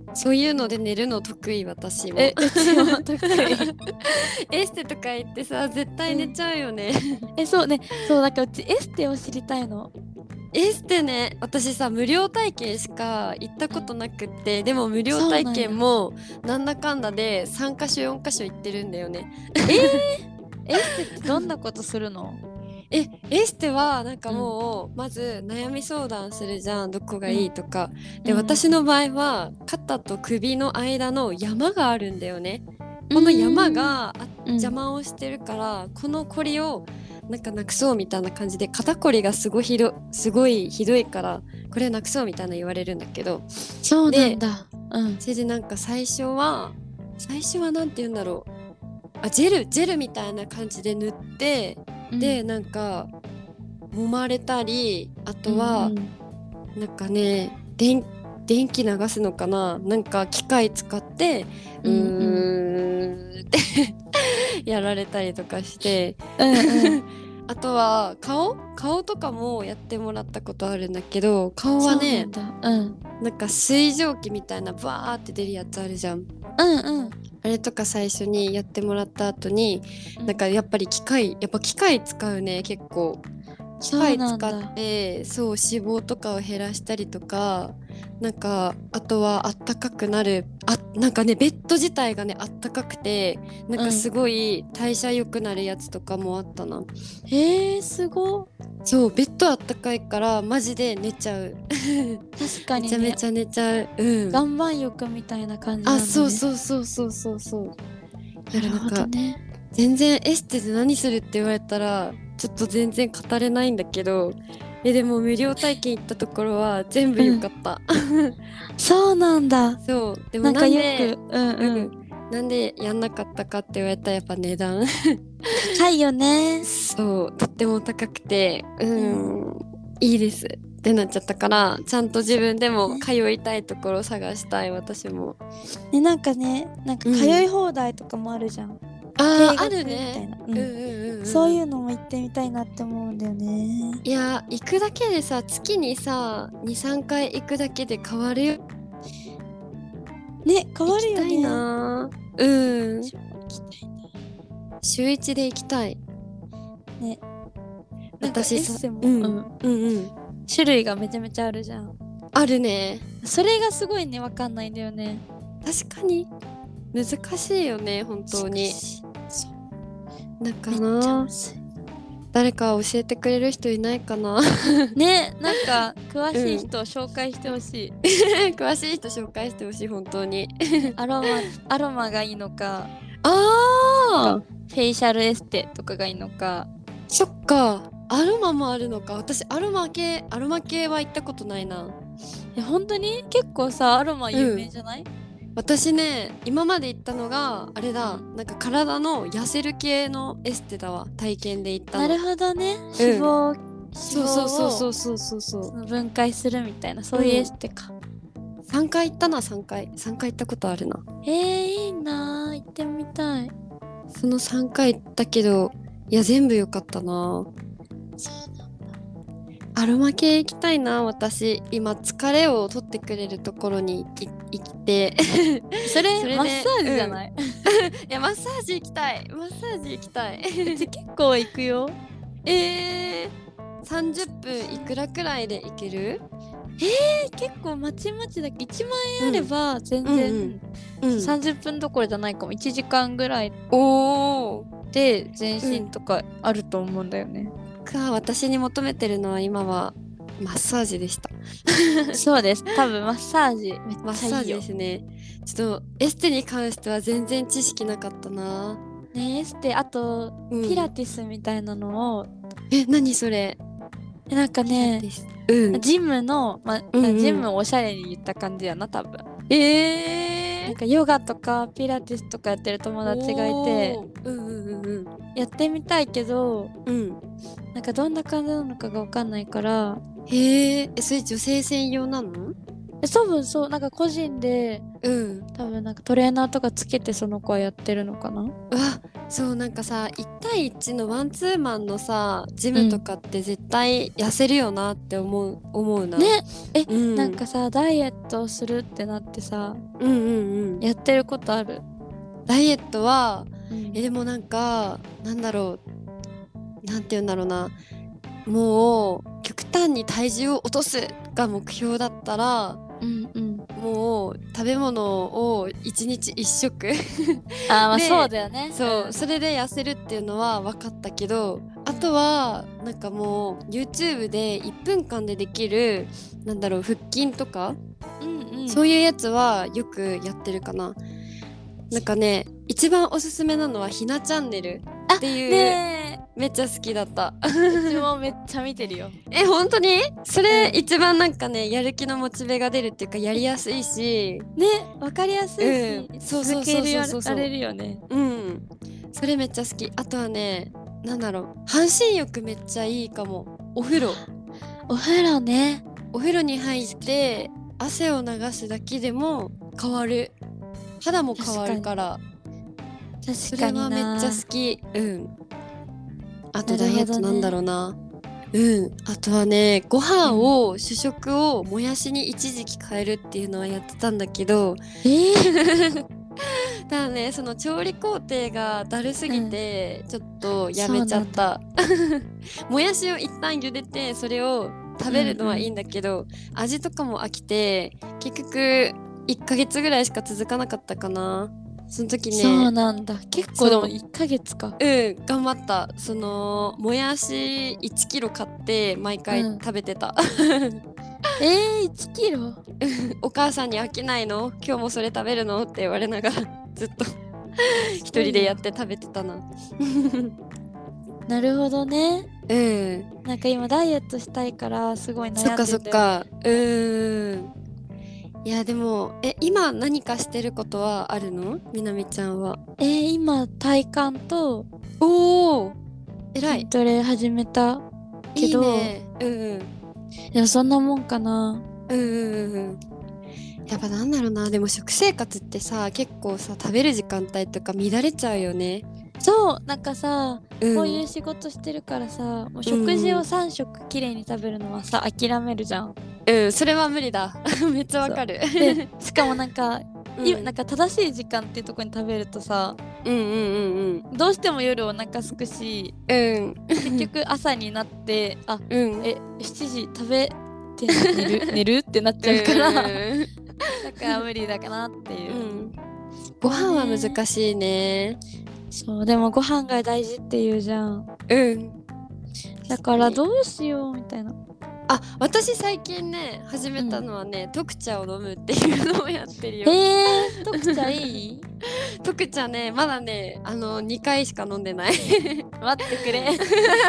そういうので寝るの得意私も。 えうちも得意エステとか行ってさ絶対寝ちゃうよね。 えそうねそうだからうちエステを知りたいの。 エステね私さ無料体験しか行ったことなくってでも無料体験もなんだかんだでさんかしょよんかしょ行ってるんだよね。 エステってどんなことするの？ えエステはなんかもう、まず悩み相談するじゃんどこがいいとか、で、 うん私の場合は肩と首の間の山があるんだよね。この山があうん邪魔をしてるからこのこりをなんかなくそうみたいな感じで肩こりがすごいひどすごいひどいからこれなくそうみたいな言われるんだけど、 そうなんだ。うんそれでなんか最初は最初はなんて言うんだろうあジェルジェルみたいな感じで塗ってで、なんか揉まれたりあとは、 うんうんなんかね電電気流すのかななんか機械使ってううんーんってやられたりとかしてうんうんあとは顔顔とかもやってもらったことあるんだけど顔はねそうなんだ。うんなんか水蒸気みたいなバーって出るやつあるじゃん。 うんうんあれとか最初にやってもらった後になんかやっぱり機械やっぱ機械使うね結構機械使ってそう脂肪とかを減らしたりとかなんかあとはあったかくなるあなんかねベッド自体がねあったかくてなんかすごい代謝良くなるやつとかもあったな、 へえすごっ。 そうベッドあったかいからマジで寝ちゃう確かにねめちゃめちゃ寝ちゃううん岩盤浴みたいな感じなんだね。 あそうそうそうそうそうそうなるほどね。 全然エステで何するって言われたらちょっと全然語れないんだけどえでも無料体験行ったところは全部良かった、 そうなんだ。 そうでもなかなんんでよくうんうんうんなんでやんなかったかって言われたらやっぱ値段高いよね。 そうとっても高くてうんいいですってなっちゃったからちゃんと自分でも通いたいところ探したい私もねなんかねなんか通い放題とかもあるじゃん。 あーあ定額みたいるねな、うんうんうんうんうんそういうのも行ってみたいなって思うんだよね。 いや行くだけでさ月にさにさんかい行くだけで変わるよね変わるよね。 行きたいなうん私も行きたいな。 週一で行きたいねなんかエ私ッセも、 うんうんうんうん種類がめちゃめちゃあるじゃん。 あるねそれがすごいねわかんないんだよね。 確かに難しいよね本当にそうなんかめっちゃなむずい。 誰か教えてくれる人いないかなねなんか詳しい人を紹介してほしい、 詳しい人紹介してほしい本当にアロマアロマがいいのかあーフェイシャルエステとかがいいのか。 そっかアロマもあるのか私アロマ系アロマ系は行ったことないなえ本当に結構さアロマ有名じゃない？ 私ね今まで行ったのがあれだなんか体の痩せる系のエステだわ体験で行ったのなるほどね。脂肪、 そう脂そうそう肪をそうそうそうそうその分解するみたいなそういうエステか。 さんかい行ったなさんかいさんかい行ったことあるなえー、いいなー行ってみたい。 そのさんかい行ったけどいや全部良かったなそうなんだ。 アロマ系行きたいな私今疲れを取ってくれるところにい行ってそれそれでマッサージじゃない？ いやマッサージ行きたいマッサージ行きたいうち結構行くよ。 えー、さんじゅっぷんいくらくらいで行けるえ結構まちまちだけどいちまん円あれば全然、 うんうんさんじゅっぷんどころじゃないかもいちじかんぐらいおーで全身とかあると思うんだよね。 か私に求めてるのは今はマッサージでしたそうです多分マッサージめっマッサージちゃいいよですねちょっとエステに関しては全然知識なかったな、 ねエステあと、 うんピラティスみたいなのをえ何それえなんかねうんジムの、まうんうんジムをおしゃれに言った感じやな多分。 えーなんかヨガとかピラティスとかやってる友達がいておーうんうんうんやってみたいけどうんなんかどんな感じなのかが分かんないからへええそれ女性専用なのえ多分そうなんか個人でうん多分なんかトレーナーとかつけてその子はやってるのかな。 うわそうなんかさいち対いちのワンツーマンのさジムとかって絶対痩せるよなって思う思うな。 ねえ、 うん、 なんかさダイエットをするってなってさうんうんうんやってることある？ ダイエットはうんえでもなんかなんだろうなんて言うんだろうなもう極端に体重を落とすが目標だったらうんうんもう食べ物をいちにちいっ食あーまあでそうだよね。 そうそれで痩せるっていうのは分かったけどあとはなんかもう YouTube でいっぷんかんでできるなんだろう腹筋とか、 うんうん、 そういうやつはよくやってるかな。なんかね一番おすすめなのはひなチャンネルっていう、 ねめっちゃ好きだったえうちもめっちゃ見てるよ。 え本当にそれうん一番なんかねやる気のモチベが出るっていうかやりやすいしねわかりやすいし、 うんそうそう続けそうそうそうられるよね。 うんそれめっちゃ好き。あとはねなんだろう半身浴めっちゃいいかも。お風呂お風呂ね。 お風呂に入って汗を流すだけでも変わる。肌も変わるからそれ確かにな。 はめっちゃ好き。うんあとなるほどねダイエットなんだろうなうんあとはねご飯を、主食をもやしに一時期変えるっていうのはやってたんだけどえー、 ただねその調理工程がだるすぎて、ちょっとやめちゃったもやしを一旦茹でてそれを食べるのはいいんだけど、味とかも飽きて結局いっかげつぐらいしか続かなかったかな。その時ねそうなんだ。結構でもそういっかげつか。 うん頑張った。そのもやしいちキロ買って毎回うん食べてた、 えー、いちキロお母さんに飽きないの今日もそれ食べるのって言われながらずっと一人でやって食べてたななるほどね。 うんなんか今ダイエットしたいからすごい悩んでて。 そっかそっかうーんいやでもえ今何かしてることはあるのみなみちゃんは。 えー、今体幹とおお偉い筋トレ始めたけどいいねうんうんでもそんなもんかな。 うんうんうんうんやっぱなんだろうなでも食生活ってさ結構さ食べる時間帯とか乱れちゃうよね。 そうなんかさ、 うんこういう仕事してるからさもう食事をさん食きれいに食べるのはさ諦めるじゃん。 うんそれは無理だめっちゃわかるでしかもなんか、 うんいなんか正しい時間っていうところに食べるとさうんうんうんどうしても夜お腹すくしうんうん結局朝になってあうんえしちじ食べて寝る寝るってなっちゃうからだうんから無理だかなっていうう、 んご飯は難しいね。 そうでもご飯が大事っていうじゃん。 うんだからどうしようみたいな。 あ私最近ね始めたのはね、特茶を飲むっていうのをやってるよ。 えー、特茶いい特茶ねまだねあのにかいしか飲んでない待ってくれも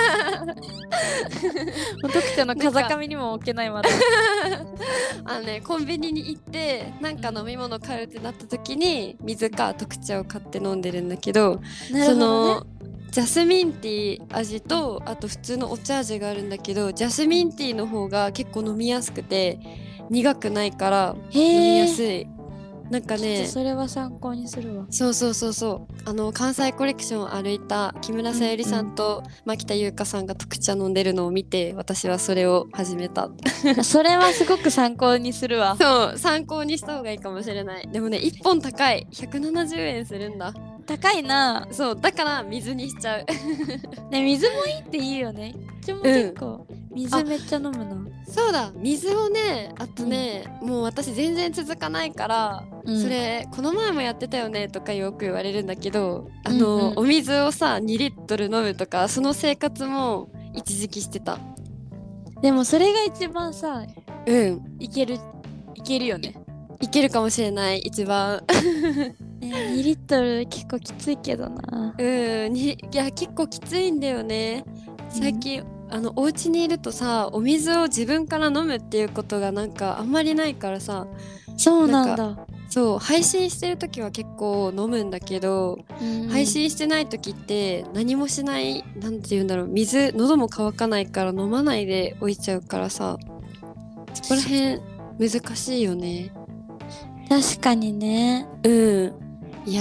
う特茶の風上にも置けないまだあのねコンビニに行ってなんか飲み物買うってなった時に水か特茶を買って飲んでるんだけど、そなるほどのね。 ジャスミンティー味とあと普通のお茶味があるんだけどジャスミンティーの方が結構飲みやすくて苦くないから飲みへえやすい。なんかちょっねとそれは参考にするわ。 そうそうそうそうあの関西コレクションを歩いた木村さゆりさんと牧田優香さんが特茶飲んでるのを見て私はそれを始めたそれはすごく参考にするわ。 そう参考にした方がいいかもしれない。でもねいっぽん高いひゃくななじゅうえんするんだ。 高いな。 そうだから水にしちゃうね水もいいっていいよね。うちも結構、水めっちゃ飲むな。 そうだ水をねあとね、もう私全然続かないから、 うんそれこの前もやってたよねとかよく言われるんだけどあの、 うんうんお水をさにリットル飲むとかその生活も一時期してた。 でもそれが一番さうんいけるいけるよね。 いけるかもしれない一番ねにリットル結構きついけどな。 うんにいや結構きついんだよね最近、あのお家にいるとさお水を自分から飲むっていうことがなんかあんまりないからさそうなんなだ。 そう配信してる時は結構飲むんだけど、 うん配信してない時って何もしないなんて言うんだろう水喉も乾かないから飲まないで置いちゃうからさそこら辺難しいよね。 確かにね。 うんいや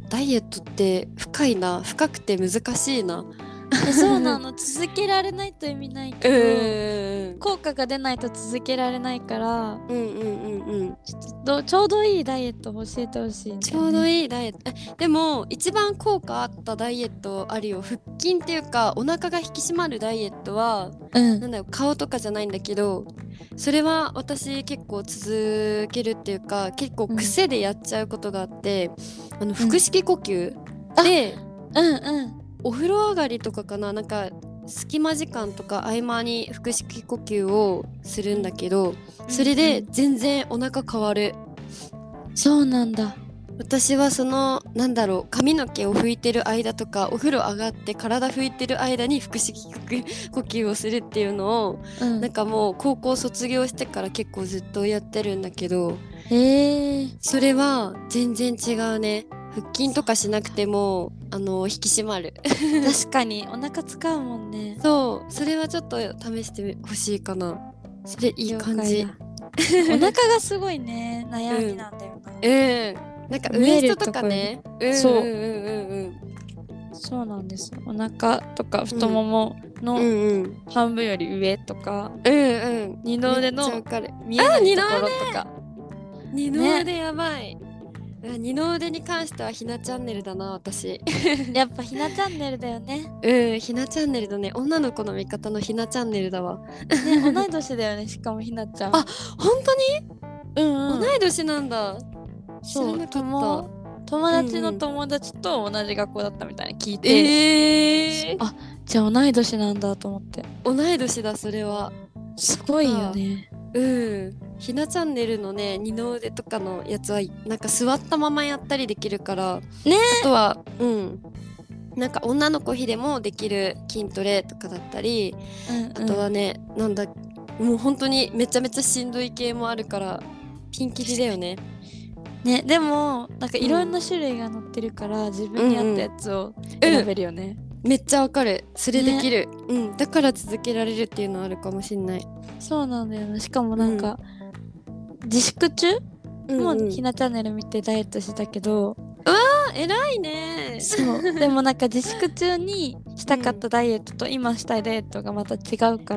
ダイエットって深いな、深くて難しいな。 えそうなの続けられないと意味ないけど、 うん効果が出ないと続けられないから、 うんうんうんうん。 ちょっとどちょうどいいダイエットを教えてほしいんだよね。 ちょうどいいダイエット。えでも一番効果あったダイエットあるよ。腹筋っていうかお腹が引き締まるダイエットは、 うんなんだよ、顔とかじゃないんだけど、それは私結構続けるっていうか結構癖でやっちゃうことがあって、あの腹式呼吸、 うん、 でうんうんお風呂上がりとかかな、なんか隙間時間とか合間に腹式呼吸をするんだけど、それで全然お腹変わる。 そうなんだ。 私はそのなんだろう、髪の毛を拭いてる間とかお風呂上がって体拭いてる間に腹式呼吸をするっていうのを、 うん、 なんかもう高校卒業してから結構ずっとやってるんだけど、 へえそれは全然違うね。腹筋とかしなくてもあの引き締まる。 確かにお腹使うもんね。 そうそれはちょっと試してほしいかな。それいい感じ。 了解だお腹がすごいね悩みなんだよな、 うん、なんかウエストとかね、うん、 そううんうんうんそうなんです。お腹とか太もものうんうん半分より上とか、 うんうん二の腕のめっちゃわかる。 見えないところとか。 二の腕やばい、うわ二の腕に関してはひなチャンネルだな私。 やっぱひなチャンネルだよね。 うんひなチャンネルだね。女の子の味方のひなチャンネルだわ。 ね同い年だよねしかもひなちゃん。 あ本当に、 うんうん、 同い年なんだ。知そうらなかった。 友友達の友達と同じ学校だったみたいな聞いて、 えー、 あじゃあ同い年なんだと思って。 同い年だそれは。 すごいよね。 うんひなチャンネルのね二の腕とかのやつはなんか座ったままやったりできるからね。 あとはうんなんか女の子比でもできる筋トレとかだったり、 うんうん、 あとはねなんだもう本当にめちゃめちゃしんどい系もあるからピンキリだよね。 ねでもなんかいろんな種類が載ってるから、うん、自分に合ったやつを選べるよね、 うん、めっちゃわかる。それできる、ね、うんだから続けられるっていうのはあるかもしんない。 そうなんだよね。しかもなんか、うん、自粛中、うんうん、もうひなチャンネル見てダイエットしてたけど、 あー偉いね。 そうでもなんか自粛中にしたかったダイエットと今したいダイエットがまた違うから、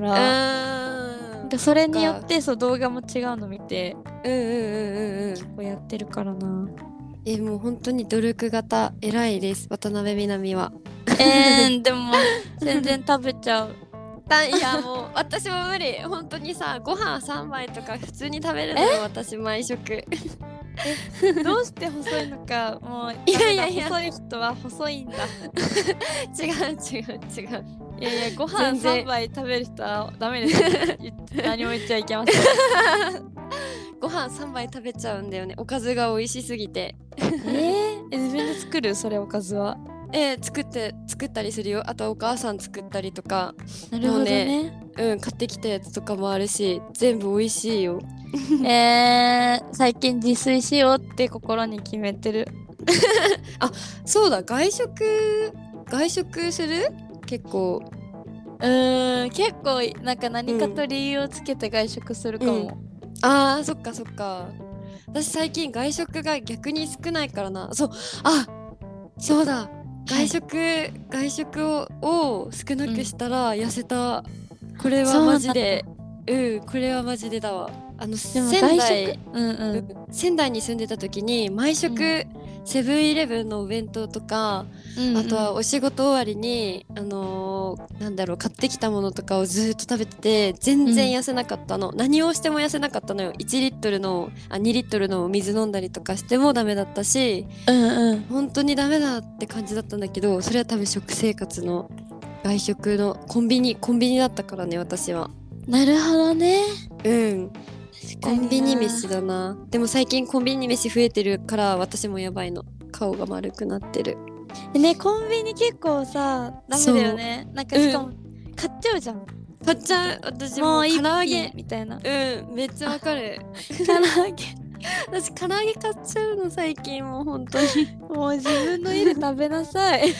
うん、それによってそう動画も違うの見て、 うんうんうんうんうん結構やってるからな。 えもう本当に努力型偉いです渡辺みなみは。 えー、でも全然食べちゃう。 いやもう私も無理。本当にさご飯さんばいとか普通に食べるのよ私毎食。 えどうして細いのかもういやいやいや細い人は細いんだ。 違う違う違う。 いやいやご飯さんばい食べる人はダメです。何も言っちゃいけません。 ご飯さんばい食べちゃうんだよねおかずが美味しすぎて。 えー、え自分で作るそれおかずは。 えー、作って作ったりするよ。あとはお母さん作ったりとか。 なるほどね。 うん買ってきたやつとかもあるし全部美味しいよ。 えー、最近自炊しようって心に決めてる。 あそうだ外食外食する結構。 うーん結構なんか何かと理由をつけて外食するかも、うんうん、 あーそっかそっか。私最近外食が逆に少ないからな。そうあそうだ外食、はい、外食をを少なくしたら痩せた、うん、これはマジでうんこれはマジでだわ。あの仙台、うんうん、仙台に住んでた時に毎食、うんセブンイレブンのお弁当とか、うんうん、あとはお仕事終わりに、あのー、なんだろう買ってきたものとかをずっと食べてて全然痩せなかったの、うん、何をしても痩せなかったのよ。いちリットルのあにリットルの水飲んだりとかしてもダメだったし、うんうん、本当にダメだって感じだったんだけどそれは多分食生活の外食のコンビニコンビニだったからね私は。 なるほどね。 うんコンビニ飯だな。でも最近コンビニ飯増えてるから私もやばいの。顔が丸くなってる。 ねコンビニ結構さダメだよね。なんかしかも、うん、買っちゃうじゃん。 買っちゃう。私もう唐揚げみたいな。 うんめっちゃわかる。 唐揚げ私唐揚げ買っちゃうの最近もう本当に。 もう自分の家で食べなさい。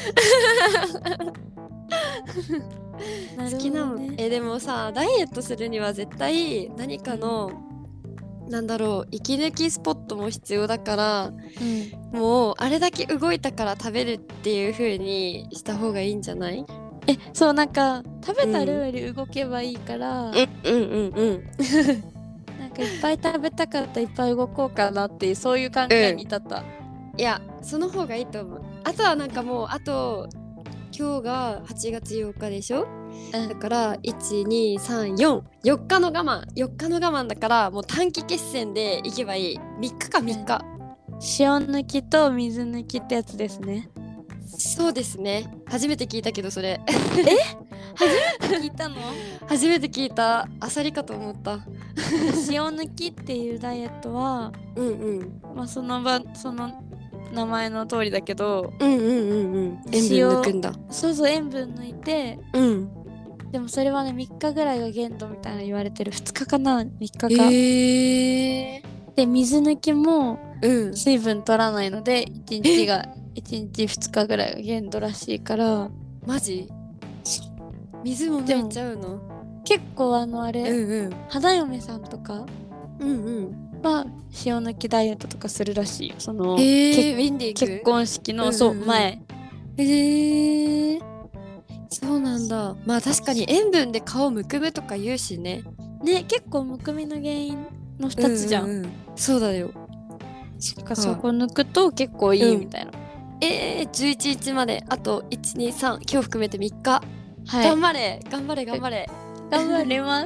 好きなもん、ね、えでもさダイエットするには絶対何かの、うんなんだろう息抜きスポットも必要だからうん、 もうあれだけ動いたから食べるっていう風にした方がいいんじゃない？ えそうなんか食べた量より動けばいいから、 うんうんうんうんなんかいっぱい食べたかったらいっぱい動こうかなっていうそういう考えに至った、 いやその方がいいと思う。あとはなんかもうあと今日がはちがつようかでしょ、 うんだからいちにさんよんよっかの我慢よっかの我慢だからもう短期決戦でいけばいい。みっかかみっか、 塩抜きと水抜きってやつですね。 そうですね。初めて聞いたけどそれ聞いたの？ 初めて聞いた。あさりかと思った。 塩抜きっていうダイエットは、 うんうんまあ、その場その名前の通りだけど、 うんうんうんうん塩分抜くんだ。 そうそう塩分抜いて、 うんでもそれはねみっかぐらいが限度みたいな言われてる。ふつかかなみっかか、 えー、 で水抜きもうん水分取らないのでいちにちがいちにちふつかぐらいが限度らしいから、 マジ？水も抜いちゃうの？ 結構あのあれ、 うんうん花嫁さんとかうんうんは塩抜きダイエットとかするらしいよ。その、 えー、 けウィンディング結婚式の、 うんうんうんそう前。 えー、そうなんだ。まあ確かに塩分で顔むくむとか言うしね。 ね結構むくみの原因のふたつじゃん。 うううそうだよ。 そっかそこ抜くと結構いいみたいな。 えー、じゅういちにちまであといちにさん今日含めてみっか、 はい、 頑張れ頑張れ頑張れ頑張ります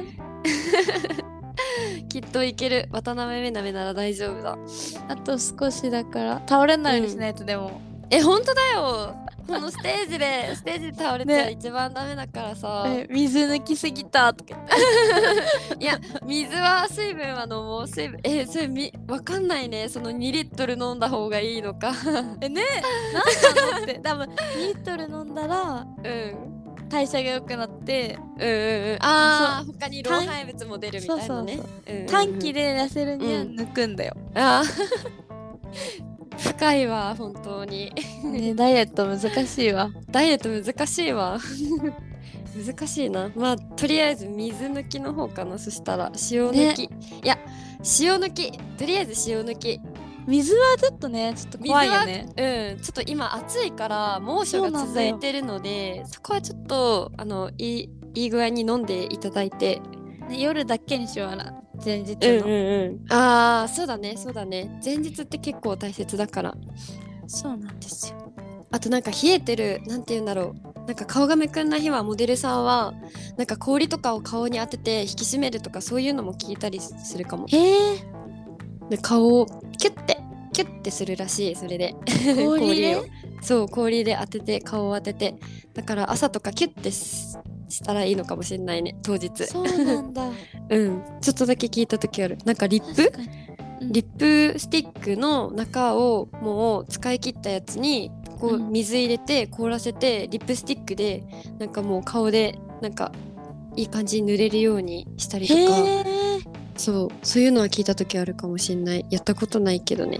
きっといける。渡辺めなめなら大丈夫だ。 あと少しだから倒れないようにしないと。でも、 え本当だよ。このステージでステージで倒れたらね一番ダメだからさ、 え水抜きすぎたとかいや水は水分は飲もう。水分えそれみわかんないね。そのにリットル飲んだ方がいいのかえねなんなのって多分にリットル飲んだらうん代謝が良くなってうんうんうんあー他に老廃物も出るみたいなね。 そうそううんうんうん短期で痩せるには抜くんだよ、 あー深いわ本当にねダイエット難しいわ。 ダイエット難しいわ難しいな。まあとりあえず水抜きの方かな。そしたら塩抜き、ね、いや塩抜きとりあえず塩抜き。 水はちょっとねちょっと怖いよね。 うんちょっと今暑いから猛暑が続いてるので そ, そこはちょっとあのいいいい具合に飲んでいただいて、 ね、夜だけにしような前日の、 うんうんうん、ああそうだねそうだね。前日って結構大切だから。 そうなんですよ。 あとなんか冷えてるなんて言うんだろうなんか顔がめくんな日はモデルさんはなんか氷とかを顔に当てて引き締めるとかそういうのも聞いたりするかも。 へえで顔をキュッてキュッてするらしい。それで氷でをそう氷で当てて顔を当ててだから朝とかキュッてししたらいいのかもしれないね当日。 そうなんだうんちょっとだけ聞いた時ある。なんかリップ、うん、リップスティックの中をもう使い切ったやつにこう水入れて凍らせて、うん、リップスティックでなんかもう顔でなんかいい感じに塗れるようにしたりとか。そうそういうのは聞いた時あるかもしれない。やったことないけどね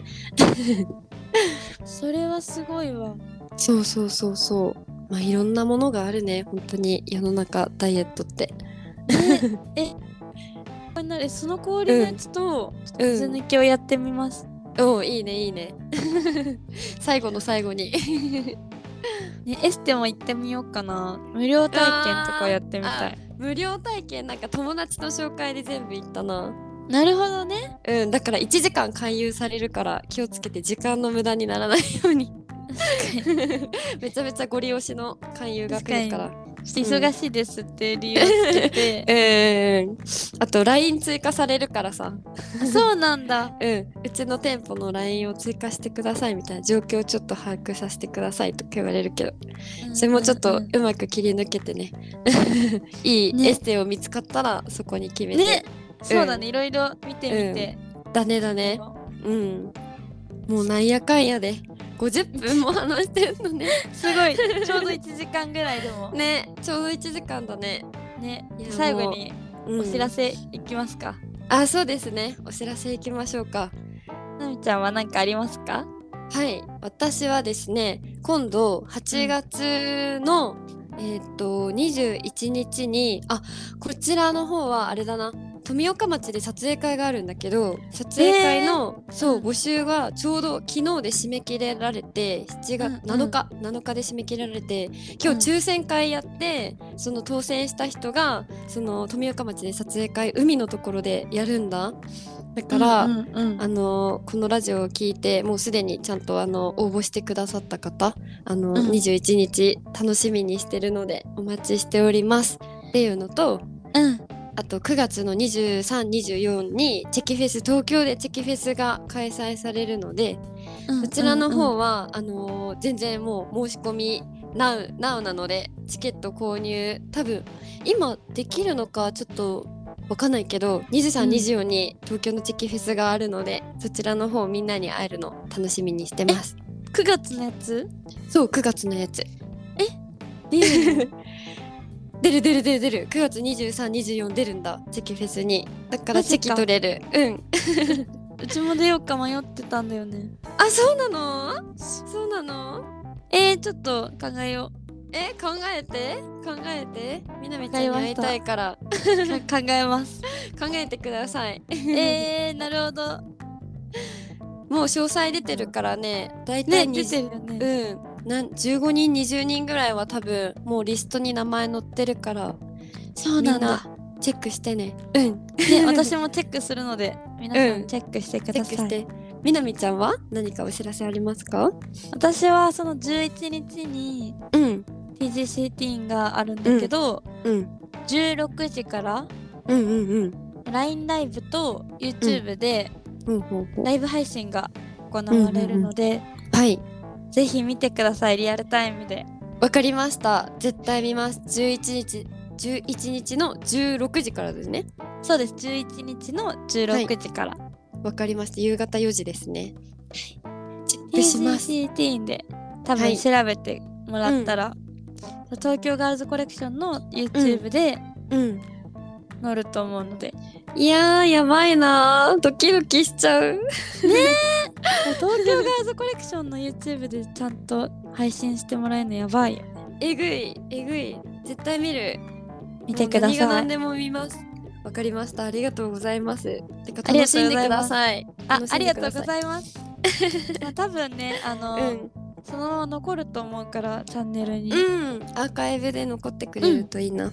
それはすごいわ。 そうそうそうそうまあいろんなものがあるね本当に世の中ダイエットってええその氷のやつと水抜きをやってみます、 うん、おいいねいいね最後の最後にね、エステも行ってみようかな。無料体験とかやってみたい。 無料体験なんか友達の紹介で全部行ったな。 なるほどね。 うんだからいちじかん勧誘されるから気をつけて時間の無駄にならないようにめちゃめちゃご利用しの勧誘が来るから忙しいですって理由をつけて、 えー、あと ライン 追加されるからさそうなんだうんうちの店舗の ライン を追加してくださいみたいな状況をちょっと把握させてくださいとか言われるけど、うん、それもちょっとうまく切り抜けてねいいエステを見つかったらそこに決めて、ねうん、そうだねいろいろ見てみて、 うん、だねだねうんもうなんやかんやでごじゅっぷんも話してるのねすごいちょうどいちじかんぐらいでもねちょうどいちじかんだね。 ね最後にお知らせいきますか、 うん、あそうですねお知らせいきましょうか。 なみちゃんは何かありますか？ はい私はですね今度はちがつの、うん、えっとにじゅういちにちにあこちらの方はあれだな富岡町で撮影会があるんだけど、撮影会の、えー、そう募集がちょうど昨日で締め切れられて、しちがつなのか、うんうん、なのかで締め切られて、今日抽選会やって、うん、その当選した人がその富岡町で撮影会海のところでやるんだ。だから、うんうんうん、あのこのラジオを聞いてもうすでにちゃんとあの応募してくださった方、あの、うん、にじゅういちにち楽しみにしてるのでお待ちしておりますっていうのと、うん、あとくがつのにじゅうさん、にじゅうよっかにチェキフェス、東京でチェキフェスが開催されるので、うん、そちらの方は、うんうん、あのー、全然もう申し込み Now, Now なのでチケット購入多分今できるのかちょっとわかんないけど、にじゅうさん、にじゅうよっかに東京のチェキフェスがあるので、そちらの方みんなに会えるの楽しみにしてます。 くがつのやつ？ そう、くがつのやつ。え出る出る出る出る出るくがつにじゅうさん、にじゅうよっか出るんだ、チェキフェスに。だからチェキ取れる。うんうちも出ようか迷ってたんだよね。 あ、そうなの？そうなの？ えー、ちょっと考えよう。 え考えて考えてみなみちゃんに会いたいから考えます考えてくださいえー、なるほど。 もう詳細出てるからね、だいたいね出てるよね。 うんなんじゅうごにんにじゅうにんぐらいは多分もうリストに名前載ってるから、 そうなんだ、 みんなチェックしてね。うんね私もチェックするので皆さんチェックしてください、うん、チェックして。 みなみちゃんは何かお知らせありますか？ 私はそのじゅういちにちに、うん、ティージーシーティーン があるんだけど、うんうん、じゅうろくじから、うんうんうん、ライン ライブと YouTube でライブ配信が行われるので、うんうんうん、はい、ぜひ見てください、リアルタイムで。 わかりました、絶対見ます。じゅういちにちじゅういちにちのじゅうろくじからですね。 そうです、じゅういちにちのじゅうろくじから。 わ、はい、かりました。夕方よじですね。 チェックします。ティージーシーティーン で多分調べてもらったら、はい、うん、東京ガールズコレクションの YouTube で、うんうん、載ると思うので。 いやーやばいなー、ドキドキしちゃうねえ東京ガールズコレクションの YouTube でちゃんと配信してもらえるのやばいよね。 えぐいえぐい、絶対見る。 見てください。 何が何でも見ます。わかりました、ありがとうございます。てか楽しんでください。 あ、ありがとうございますまあ、多分ねあの、うん、そのまま残ると思うからチャンネルに、 うん、アーカイブで残ってくれるといいな、うん、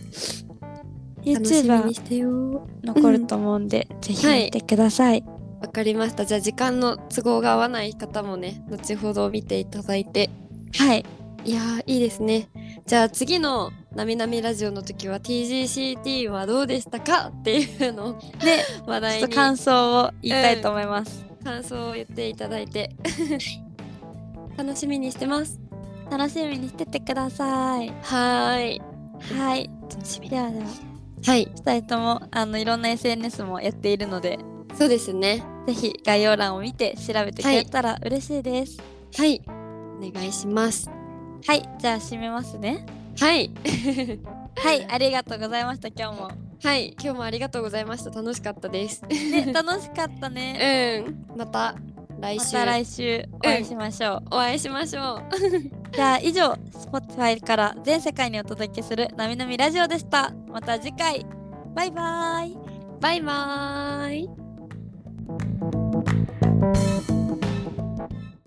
YouTuber にしてよ残ると思うんで、うん、ぜひ見てください。わ、 はい、かりました。じゃあ時間の都合が合わない方もね後ほど見ていただいて。 はい、 いやーいいですね。じゃあ次のなみなみラジオの時は ティージーシーティー はどうでしたかっていうので話題にちょっと感想を言いたいと思います、 うん、感想を言っていただいて楽しみにしてます。 楽しみにしててください。 はーいはい、ではでははいふたりともあのいろんな エスエヌエス もやっているので、 そうですね、 ぜひ概要欄を見て調べてくれたら嬉しいです。 はい、お願いします。 はい、じゃあ締めますね。 はいはい、ありがとうございました。今日もはい、今日もありがとうございました。楽しかったです。 ね、楽しかったね。 うん、また来週。 また来週お会いしましょう。 うん、お会いしましょう。 じゃあ以上、Spotify から全世界にお届けするなみなみラジオでした。また次回。バイバーイ。 バイバーイ。